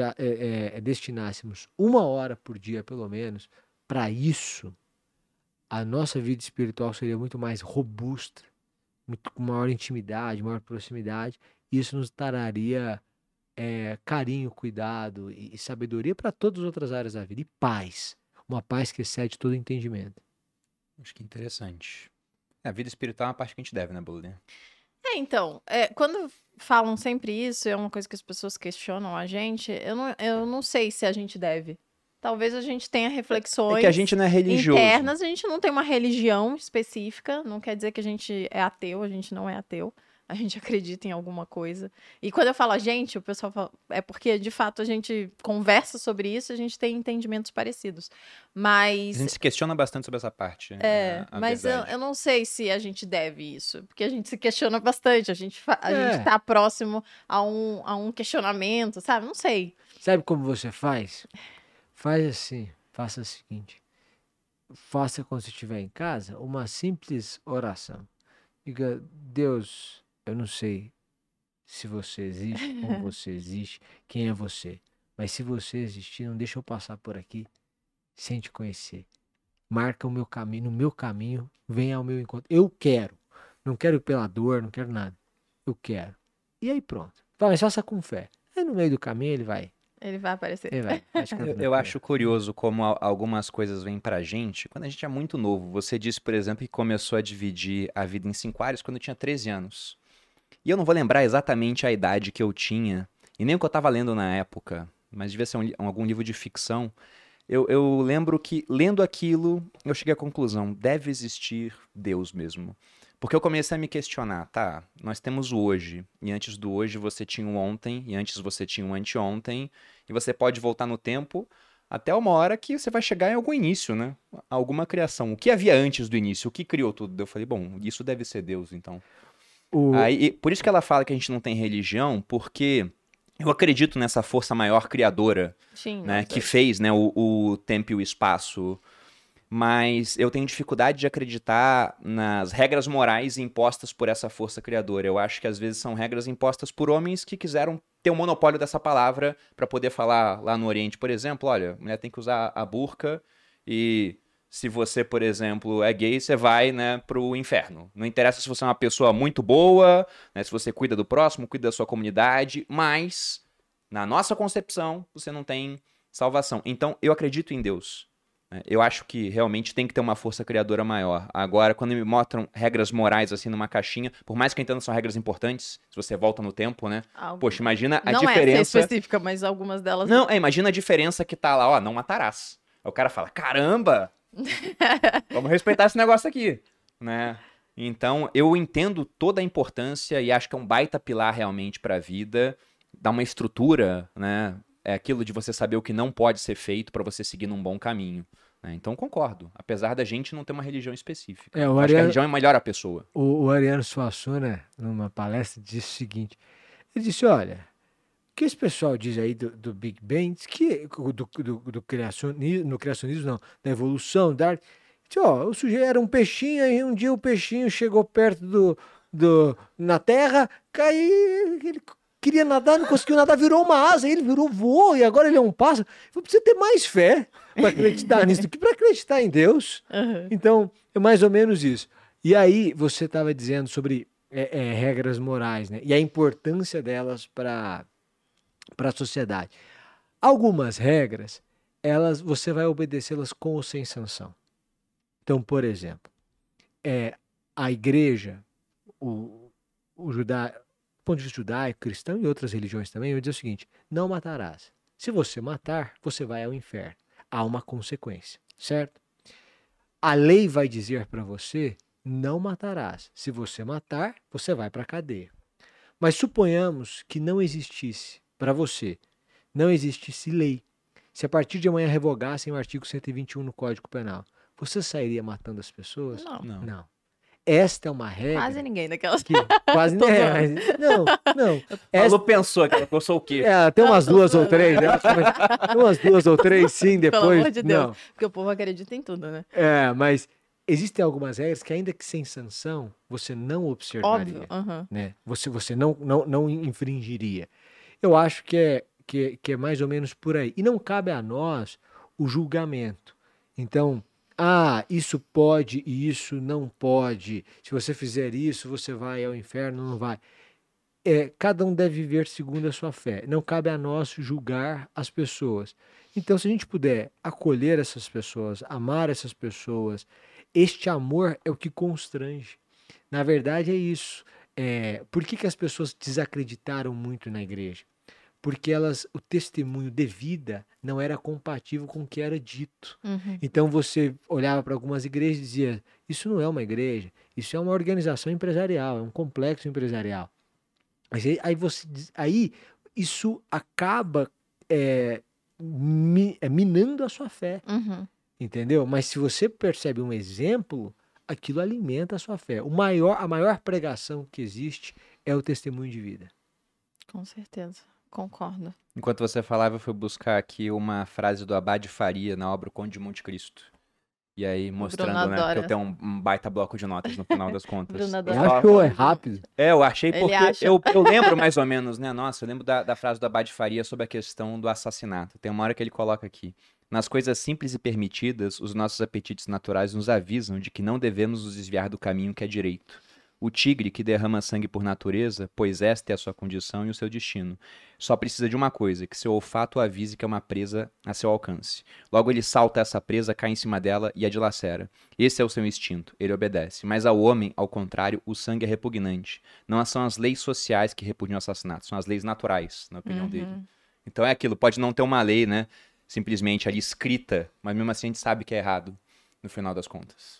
destinássemos 1 hora por dia, pelo menos, para isso, a nossa vida espiritual seria muito mais robusta, com maior intimidade, maior proximidade. Isso nos traria carinho, cuidado e sabedoria para todas as outras áreas da vida. E paz. Uma paz que excede todo entendimento. Acho que interessante. A vida espiritual é uma parte que a gente deve, né, Bolder? Então, quando falam sempre isso, é uma coisa que as pessoas questionam a gente, eu não sei se a gente deve. Talvez a gente tenha reflexões que a gente não é religioso. Internas, a gente não tem uma religião específica, não quer dizer que a gente é ateu, a gente não é ateu. A gente acredita em alguma coisa. E quando eu falo a gente, o pessoal fala... É porque, de fato, a gente conversa sobre isso, a gente tem entendimentos parecidos. Mas... A gente se questiona bastante sobre essa parte. Mas eu não sei se a gente deve isso. Porque a gente se questiona bastante. A gente tá próximo a um questionamento, sabe? Não sei. Sabe como você faz? Faz assim. Faça o seguinte. Faça quando você estiver em casa uma simples oração. Diga, Deus... Eu não sei se você existe, como você existe, quem é você. Mas se você existir, não deixa eu passar por aqui sem te conhecer. Marca o meu caminho, no meu caminho, venha ao meu encontro. Eu quero. Não quero pela dor, não quero nada. Eu quero. E aí pronto. Mas faça com fé. Aí no meio do caminho ele vai. Ele vai aparecer. Ele vai. Eu acho curioso como algumas coisas vêm pra gente quando a gente é muito novo. Você disse, por exemplo, que começou a dividir a vida em 5 áreas quando tinha 13 anos. E eu não vou lembrar exatamente a idade que eu tinha, e nem o que eu estava lendo na época, mas devia ser algum livro de ficção. Eu lembro que, lendo aquilo, eu cheguei à conclusão, deve existir Deus mesmo. Porque eu comecei a me questionar, tá, nós temos o hoje, e antes do hoje você tinha o ontem, e antes você tinha o anteontem, e você pode voltar no tempo até uma hora que você vai chegar em algum início, né? Alguma criação. O que havia antes do início? O que criou tudo? Eu falei, bom, isso deve ser Deus, então... Aí, por isso que ela fala que a gente não tem religião, porque eu acredito nessa força maior criadora, Sim, né, que fez, né, o tempo e o espaço, mas eu tenho dificuldade de acreditar nas regras morais impostas por essa força criadora. Eu acho que às vezes são regras impostas por homens que quiseram ter o monopólio dessa palavra para poder falar lá no Oriente, por exemplo, olha, a mulher tem que usar a burca e... Se você, por exemplo, é gay, você vai, né, pro inferno. Não interessa se você é uma pessoa muito boa, né, se você cuida do próximo, cuida da sua comunidade, mas, na nossa concepção, você não tem salvação. Então, eu acredito em Deus. Né? Eu acho que realmente tem que ter uma força criadora maior. Agora, quando me mostram regras morais assim numa caixinha, por mais que eu entenda que são regras importantes, se você volta no tempo, né? Poxa, imagina a diferença... Não é específica, mas algumas delas... Não, imagina a diferença que tá lá, ó, não matarás. Aí o cara fala, caramba... Vamos respeitar esse negócio aqui, né? Então, eu entendo toda a importância e acho que é um baita pilar realmente para a vida, dá uma estrutura, né? É aquilo de você saber o que não pode ser feito para você seguir num bom caminho. Né? Então, concordo. Apesar da gente não ter uma religião específica. Acho que a religião melhora a pessoa. O Ariano Suassuna, numa palestra, disse o seguinte. Ele disse, olha, que esse pessoal diz aí do Big Bang, diz que do criacionismo, no criacionismo não, da evolução, o sujeito era um peixinho, e um dia o peixinho chegou perto na terra, caiu, ele queria nadar, não conseguiu nadar, virou uma asa, ele voou, e agora ele é um pássaro. Precisa ter mais fé para acreditar nisso do que para acreditar em Deus. Uhum. Então, é mais ou menos isso. E aí, você estava dizendo sobre regras morais, né? E a importância delas para a sociedade. Algumas regras, você vai obedecê-las com ou sem sanção. Então, por exemplo, a igreja, o ponto de vista judaico, cristão e outras religiões também, vai dizer o seguinte: não matarás. Se você matar, você vai ao inferno. Há uma consequência, certo? A lei vai dizer para você: não matarás. Se você matar, você vai para a cadeia. Mas suponhamos que não existisse, para você, não existisse lei. Se a partir de amanhã revogassem o artigo 121 no Código Penal, você sairia matando as pessoas? Não. Esta é uma regra. Quase ninguém daquelas. Quase Tô ninguém. Não. Falou, pensou que ela coçou o quê? Tem umas duas ou três, né? Tem umas duas ou três, sim, depois. Pelo amor de Deus. Não. Porque o povo acredita em tudo, né? Mas existem algumas regras que, ainda que sem sanção, você não observaria. Óbvio. Né? Você não infringiria. Eu acho que é mais ou menos por aí. E não cabe a nós o julgamento. Então, isso pode e isso não pode. Se você fizer isso, você vai ao inferno, não vai. Cada um deve viver segundo a sua fé. Não cabe a nós julgar as pessoas. Então, se a gente puder acolher essas pessoas, amar essas pessoas, este amor é o que constrange. Na verdade, é isso. Por que as pessoas desacreditaram muito na igreja? Porque o testemunho de vida não era compatível com o que era dito. Uhum. Então você olhava para algumas igrejas e dizia: isso não é uma igreja, isso é uma organização empresarial, é um complexo empresarial. Aí isso acaba minando a sua fé. Uhum. Entendeu? Mas se você percebe um exemplo, aquilo alimenta a sua fé. A maior pregação que existe é o testemunho de vida. Com certeza. Concordo. Enquanto você falava, eu fui buscar aqui uma frase do Abade Faria na obra O Conde de Monte Cristo. E aí, mostrando, né, que eu tenho um baita bloco de notas no final das contas. Achou, é rápido. Eu achei porque eu lembro mais ou menos, né? Nossa, eu lembro da frase do Abade Faria sobre a questão do assassinato. Tem uma hora que ele coloca aqui: nas coisas simples e permitidas, os nossos apetites naturais nos avisam de que não devemos nos desviar do caminho que é direito. O tigre que derrama sangue por natureza, pois esta é a sua condição e o seu destino, só precisa de uma coisa: que seu olfato avise que é uma presa a seu alcance. Logo ele salta essa presa, cai em cima dela e a dilacera. Esse é o seu instinto, ele obedece. Mas ao homem, ao contrário, o sangue é repugnante. Não são as leis sociais que repugnam o assassinato, são as leis naturais, na opinião dele. Então é aquilo, pode não ter uma lei, né, simplesmente ali escrita, mas mesmo assim a gente sabe que é errado, no final das contas.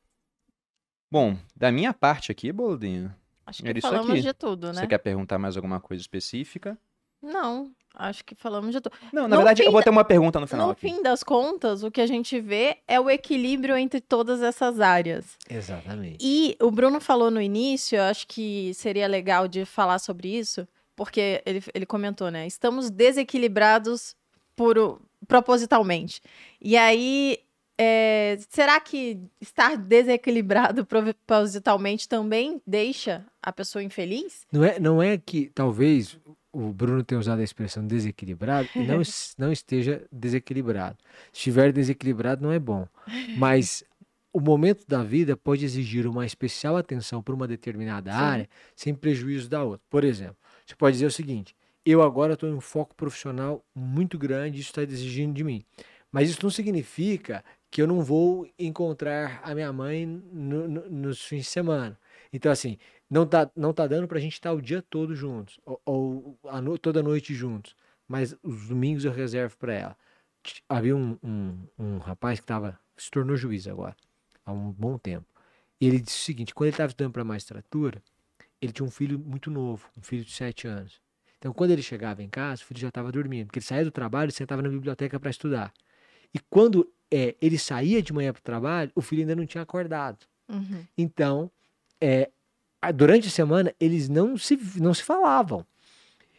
Bom, da minha parte aqui, Boludinho, acho que era isso falamos aqui. de tudo, né? Você quer perguntar mais alguma coisa específica? Não, acho que falamos de tudo. Não, na verdade, eu vou ter uma pergunta no final. No fim das contas, o que a gente vê é o equilíbrio entre todas essas áreas. Exatamente. E o Bruno falou no início, eu acho que seria legal de falar sobre isso, porque ele comentou, né? Estamos desequilibrados propositalmente. E aí, será que estar desequilibrado propositalmente também deixa a pessoa infeliz? Não é que talvez o Bruno tenha usado a expressão desequilibrado e não esteja desequilibrado. Se estiver desequilibrado, não é bom. Mas o momento da vida pode exigir uma especial atenção para uma determinada área, sem prejuízo da outra. Por exemplo, você pode dizer o seguinte: eu agora estou em um foco profissional muito grande, isso está exigindo de mim. Mas isso não significa que eu não vou encontrar a minha mãe nos fins de semana. Então, assim, não tá dando pra gente estar o dia todo juntos, ou toda noite juntos, mas os domingos eu reservo para ela. Havia um rapaz que se tornou juiz agora, há um bom tempo. E ele disse o seguinte: quando ele estava estudando para magistratura, ele tinha um filho muito novo, um filho de 7 anos. Então, quando ele chegava em casa, o filho já estava dormindo, porque ele saía do trabalho e sentava na biblioteca para estudar. E quando ele saía de manhã para o trabalho, o filho ainda não tinha acordado. Uhum. Então, durante a semana, eles não se falavam.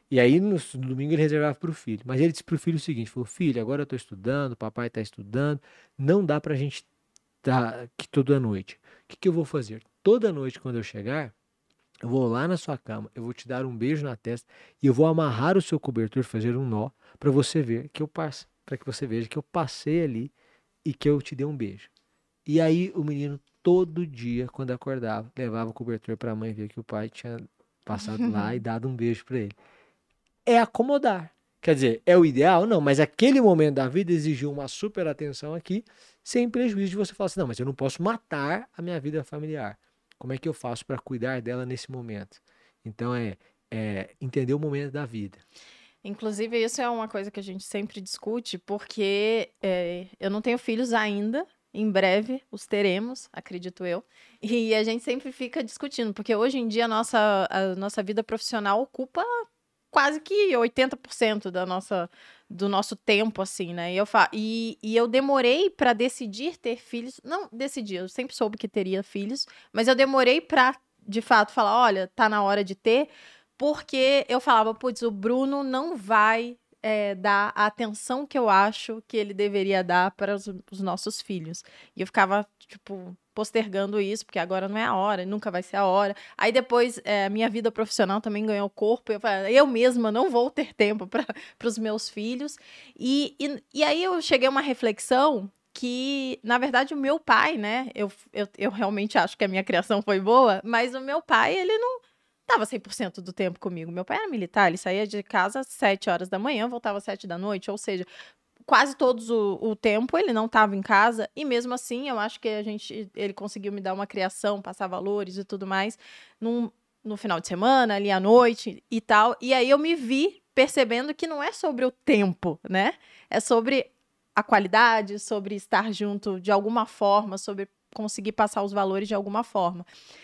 E aí, no domingo, ele reservava para o filho. Mas ele disse para o filho o seguinte, falou, filho, agora eu estou estudando, o papai está estudando, não dá para a gente estar aqui toda noite. O que eu vou fazer? Toda noite, quando eu chegar, eu vou lá na sua cama, eu vou te dar um beijo na testa e eu vou amarrar o seu cobertor, fazer um nó, para você ver que eu passo, para que você veja que eu passei ali e que eu te dei um beijo. E aí o menino todo dia, quando acordava, levava o cobertor para a mãe ver que o pai tinha passado lá e dado um beijo para ele. É acomodar. Quer dizer, é o ideal? Não, mas aquele momento da vida exigiu uma super atenção aqui, sem prejuízo de você falar assim, não, mas eu não posso matar a minha vida familiar. Como é que eu faço para cuidar dela nesse momento? Então, é entender o momento da vida. Inclusive, isso é uma coisa que a gente sempre discute, porque eu não tenho filhos ainda, em breve os teremos, acredito eu, e a gente sempre fica discutindo, porque hoje em dia a nossa vida profissional ocupa quase que 80% do nosso tempo, assim, né? E eu demorei para decidir ter filhos, não decidi, eu sempre soube que teria filhos, mas eu demorei para, de fato, falar, olha, tá na hora de ter, porque eu falava, putz, o Bruno não vai dar a atenção que eu acho que ele deveria dar para os nossos filhos. E eu ficava, tipo, postergando isso, porque agora não é a hora, nunca vai ser a hora. Aí depois, a minha vida profissional também ganhou corpo, eu falei, eu mesma não vou ter tempo para os meus filhos. E aí eu cheguei a uma reflexão que, na verdade, o meu pai, né, eu realmente acho que a minha criação foi boa, mas o meu pai, ele não estava 100% do tempo comigo. Meu pai era militar, ele saía de casa às 7 horas da manhã, voltava às 7 da noite, ou seja, quase todos o tempo ele não estava em casa, e mesmo assim eu acho que ele conseguiu me dar uma criação, passar valores e tudo mais no final de semana, ali à noite e tal, e aí eu me vi percebendo que não é sobre o tempo, né? É sobre a qualidade, sobre estar junto de alguma forma, sobre conseguir passar os valores de alguma forma.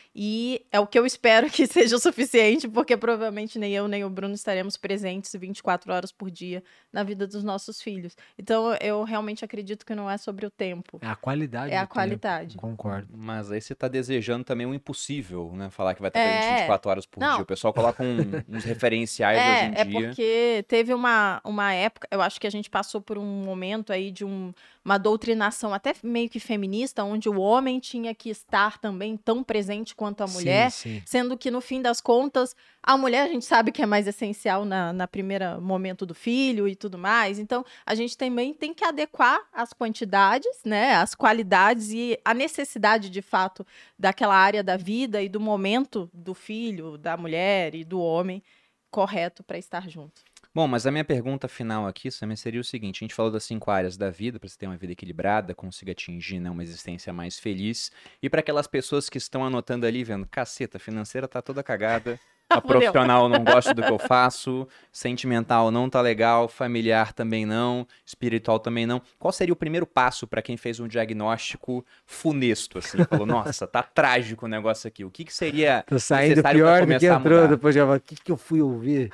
E é o que eu espero que seja o suficiente, porque provavelmente nem eu nem o Bruno estaremos presentes 24 horas por dia na vida dos nossos filhos. Então, eu realmente acredito que não é sobre o tempo. É a qualidade. É a qualidade. Concordo. Mas aí você tá desejando também um impossível, né? Falar que vai estar presente 24 horas por dia. O pessoal coloca uns referenciais hoje em dia. É porque teve uma época, eu acho que a gente passou por um momento aí de uma doutrinação até meio que feminista, onde o homem tinha que estar também tão presente quanto a mulher, sim. Sendo que no fim das contas, a mulher a gente sabe que é mais essencial na primeira momento do filho e tudo mais, então a gente também tem que adequar as quantidades, né, as qualidades e a necessidade de fato daquela área da vida e do momento do filho, da mulher e do homem correto para estar junto. Bom, mas a minha pergunta final aqui, Samia, seria o seguinte: a gente falou das 5 áreas da vida, para você ter uma vida equilibrada, consiga atingir, né, uma existência mais feliz. E para aquelas pessoas que estão anotando ali, vendo, caceta, a financeira tá toda cagada, a profissional não gosta do que eu faço, sentimental não tá legal, familiar também não, espiritual também não. Qual seria o primeiro passo para quem fez um diagnóstico funesto, assim? Falou, nossa, tá trágico o negócio aqui. O que seria Tô saindo necessário pior para do que começar a entrou, mudar? depois já o que eu fui ouvir?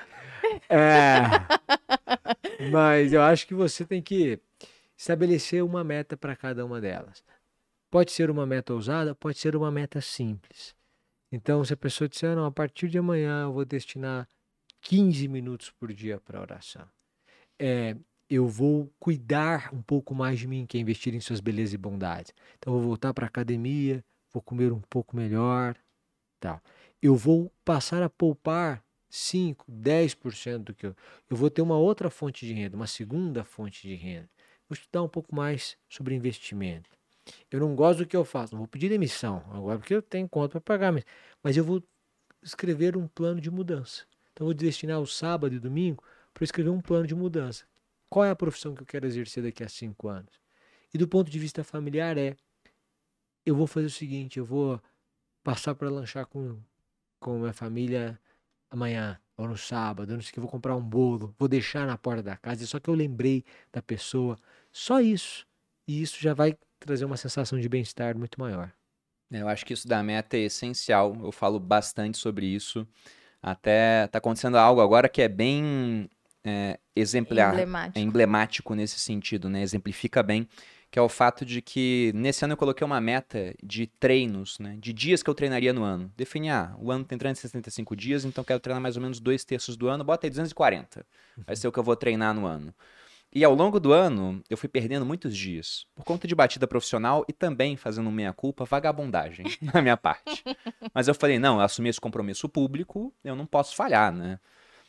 Mas eu acho que você tem que estabelecer uma meta para cada uma delas. Pode ser uma meta ousada, pode ser uma meta simples. Então, se a pessoa disser, não, a partir de amanhã eu vou destinar 15 minutos por dia para oração. Eu vou cuidar um pouco mais de mim, que é investir em suas belezas e bondades. Então, eu vou voltar para a academia, vou comer um pouco melhor, tal. Eu vou passar a poupar 5, 10% do que eu vou ter uma outra fonte de renda, uma segunda fonte de renda. Vou estudar um pouco mais sobre investimento. Eu não gosto do que eu faço, não vou pedir demissão agora, porque eu tenho conta para pagar, mas eu vou escrever um plano de mudança. Então, eu vou destinar o sábado e domingo para escrever um plano de mudança. Qual é a profissão que eu quero exercer daqui a 5 anos? E do ponto de vista familiar eu vou fazer o seguinte, eu vou passar para lanchar com minha família amanhã, ou no sábado, não sei o que, vou comprar um bolo, vou deixar na porta da casa, só que eu lembrei da pessoa, só isso. E isso já vai trazer uma sensação de bem-estar muito maior. Eu acho que isso da meta é essencial, eu falo bastante sobre isso. Até tá acontecendo algo agora que é bem exemplar, Emblemático. é emblemático nesse sentido, né? Exemplifica bem, que é o fato de que nesse ano eu coloquei uma meta de treinos, né? De dias que eu treinaria no ano. Defini, o ano tem 365 dias, então quero treinar mais ou menos 2/3 do ano, bota aí 240. Vai ser o que eu vou treinar no ano. E ao longo do ano, eu fui perdendo muitos dias, por conta de batida profissional e também, fazendo meia-culpa, vagabundagem na minha parte. Mas eu falei, não, eu assumi esse compromisso público, eu não posso falhar, né?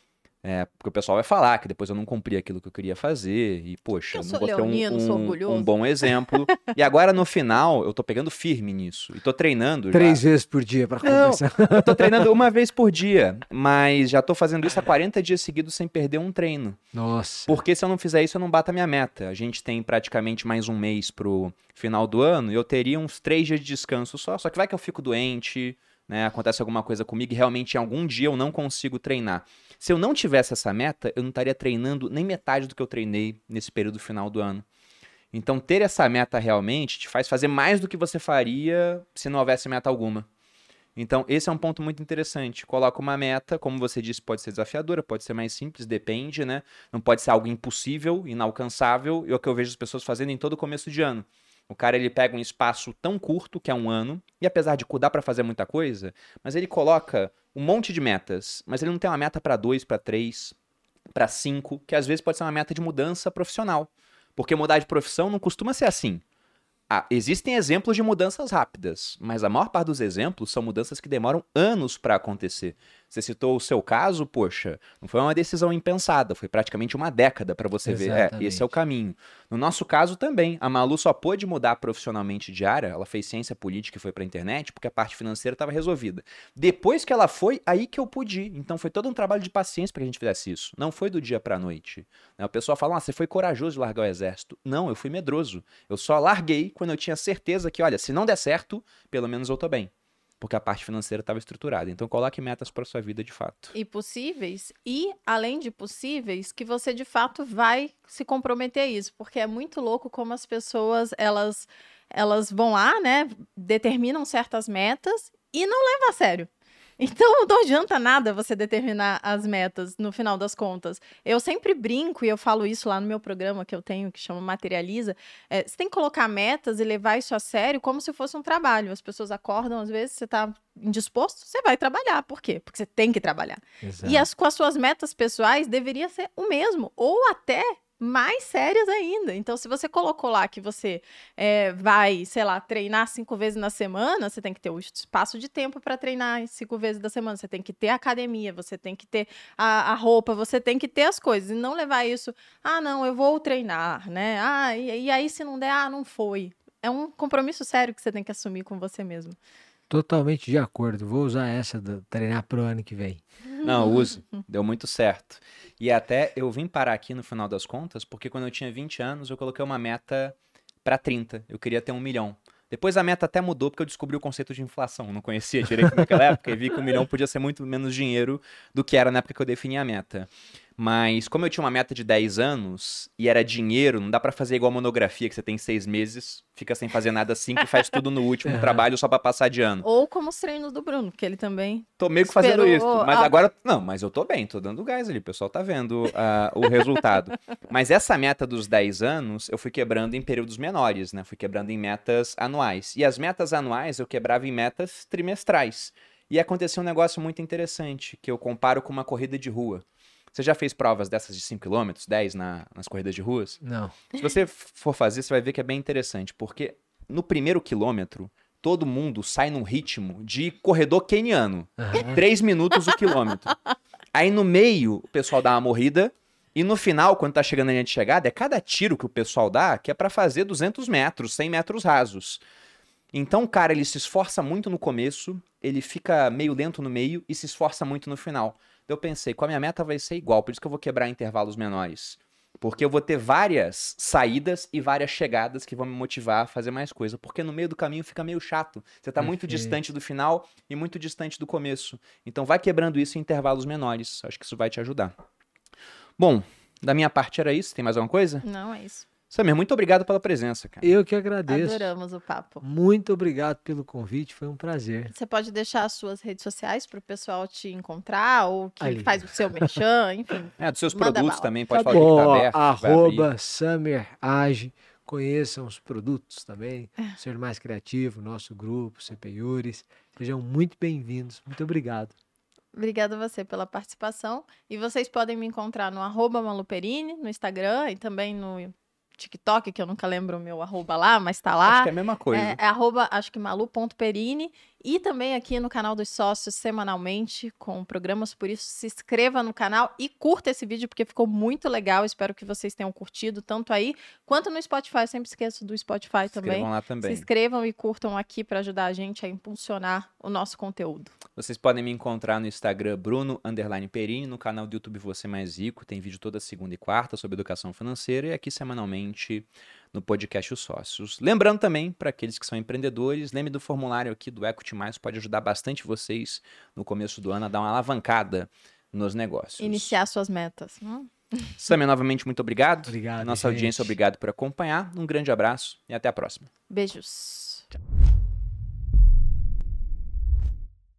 Porque o pessoal vai falar que depois eu não cumpri aquilo que eu queria fazer e, poxa, eu não vou ter sou orgulhoso. um bom exemplo. E agora, no final, eu tô pegando firme nisso e tô treinando 3 vezes por dia pra compensar. Eu tô treinando uma vez por dia, mas já tô fazendo isso há 40 dias seguidos sem perder um treino. Nossa. Porque se eu não fizer isso, eu não bato a minha meta. A gente tem praticamente mais um mês pro final do ano e eu teria uns 3 dias de descanso só. Só que vai que eu fico doente, né? Acontece alguma coisa comigo e realmente em algum dia eu não consigo treinar. Se eu não tivesse essa meta, eu não estaria treinando nem metade do que eu treinei nesse período final do ano. Então, ter essa meta realmente te faz fazer mais do que você faria se não houvesse meta alguma. Então, esse é um ponto muito interessante. Coloca uma meta, como você disse, pode ser desafiadora, pode ser mais simples, depende, né? Não pode ser algo impossível, inalcançável, e é o que eu vejo as pessoas fazendo em todo começo de ano. O cara, ele pega um espaço tão curto, que é um ano, e apesar de dá para fazer muita coisa, mas ele coloca um monte de metas, mas ele não tem uma meta para 2, para 3, para 5, que às vezes pode ser uma meta de mudança profissional. Porque mudar de profissão não costuma ser assim. Existem exemplos de mudanças rápidas, mas a maior parte dos exemplos são mudanças que demoram anos para acontecer. Você citou o seu caso, poxa, não foi uma decisão impensada, foi praticamente uma década para você ver, esse é o caminho. No nosso caso também, a Malu só pôde mudar profissionalmente de área, ela fez ciência política e foi para a internet, porque a parte financeira estava resolvida. Depois que ela foi, aí que eu pude ir. Então foi todo um trabalho de paciência para que a gente fizesse isso. Não foi do dia para a noite. O pessoal fala, você foi corajoso de largar o exército. Não, eu fui medroso. Eu só larguei quando eu tinha certeza que, olha, se não der certo, pelo menos eu tô bem. Porque a parte financeira estava estruturada. Então, coloque metas para sua vida de fato. E possíveis. E, além de possíveis, que você, de fato, vai se comprometer a isso. Porque é muito louco como as pessoas, elas vão lá, né? Determinam certas metas e não levam a sério. Então, não adianta nada você determinar as metas, no final das contas. Eu sempre brinco, e eu falo isso lá no meu programa que eu tenho, que chama Materializa. Você tem que colocar metas e levar isso a sério como se fosse um trabalho. As pessoas acordam, às vezes, você está indisposto, você vai trabalhar. Por quê? Porque você tem que trabalhar. Exato. E com as suas metas pessoais, deveria ser o mesmo. Ou até mais sérias ainda. Então, se você colocou lá que você vai, sei lá, treinar 5 vezes na semana, você tem que ter o espaço de tempo para treinar 5 vezes da semana. Você tem que ter a academia, você tem que ter a roupa, você tem que ter as coisas. E não levar isso, não, eu vou treinar, né? E aí se não der, não foi. É um compromisso sério que você tem que assumir com você mesmo. Totalmente de acordo. Vou usar essa de treinar pro ano que vem. Não, use. Deu muito certo. E até eu vim parar aqui no final das contas, porque quando eu tinha 20 anos, eu coloquei uma meta para 30. Eu queria ter 1 milhão. Depois a meta até mudou, porque eu descobri o conceito de inflação. Eu não conhecia direito naquela época e vi que 1 milhão podia ser muito menos dinheiro do que era na época que eu defini a meta. Mas como eu tinha uma meta de 10 anos e era dinheiro, não dá pra fazer igual a monografia, que você tem 6 meses, fica sem fazer nada 5 e faz tudo no último trabalho só pra passar de ano. Ou como os treinos do Bruno, que ele também tô meio que fazendo isso, mas agora... Não, mas eu tô bem, tô dando gás ali, o pessoal tá vendo o resultado. Mas essa meta dos 10 anos, eu fui quebrando em períodos menores, né? Fui quebrando em metas anuais. E as metas anuais eu quebrava em metas trimestrais. E aconteceu um negócio muito interessante, que eu comparo com uma corrida de rua. Você já fez provas dessas de 5 km, 10 nas corridas de ruas? Não. Se você for fazer, você vai ver que é bem interessante, porque no primeiro quilômetro, todo mundo sai num ritmo de corredor queniano. 3 minutos o quilômetro. Aí no meio, o pessoal dá uma morrida, e no final, quando tá chegando na linha de chegada, é cada tiro que o pessoal dá que é pra fazer 200 metros, 100 metros rasos. Então o cara, ele se esforça muito no começo, ele fica meio lento no meio e se esforça muito no final. Eu pensei, com a minha meta vai ser igual, por isso que eu vou quebrar intervalos menores. Porque eu vou ter várias saídas e várias chegadas que vão me motivar a fazer mais coisa. Porque no meio do caminho fica meio chato. Você tá muito distante do final e muito distante do começo. Então vai quebrando isso em intervalos menores. Acho que isso vai te ajudar. Bom, da minha parte era isso. Tem mais alguma coisa? Não, é isso. Samir, muito obrigado pela presença, cara. Eu que agradeço. Adoramos o papo. Muito obrigado pelo convite, foi um prazer. Você pode deixar as suas redes sociais para o pessoal te encontrar, ou que Ali. faz o seu merchan, enfim. Dos seus Manda produtos bala. também, pode Tá falar que bom, tá aberto. vai abrir. @SummerAge, conheçam os produtos também, Ser Mais Criativo, nosso grupo, CPIURES. Sejam muito bem-vindos. Muito obrigado. Obrigada a você pela participação. E vocês podem me encontrar no @maluperini, no Instagram e também no TikTok, que eu nunca lembro o meu arroba lá, mas tá lá. Acho que é a mesma coisa. É acho que malu.perini. E também aqui no canal dos sócios, semanalmente, com programas. Por isso, se inscreva no canal e curta esse vídeo, porque ficou muito legal. Espero que vocês tenham curtido, tanto aí quanto no Spotify. Eu sempre esqueço do Spotify também. Inscrevam lá também. Se inscrevam e curtam aqui para ajudar a gente a impulsionar o nosso conteúdo. Vocês podem me encontrar no Instagram Bruno_Perini, no canal do YouTube Você Mais Rico, tem vídeo toda segunda e quarta sobre educação financeira e aqui semanalmente no podcast Os Sócios. Lembrando também, para aqueles que são empreendedores, lembre do formulário aqui do Equity Mais, pode ajudar bastante vocês no começo do ano a dar uma alavancada nos negócios. Iniciar suas metas. Samia, novamente, muito obrigado. Obrigado, Nossa audiência, gente. obrigado por acompanhar. Um grande abraço e até a próxima. Beijos.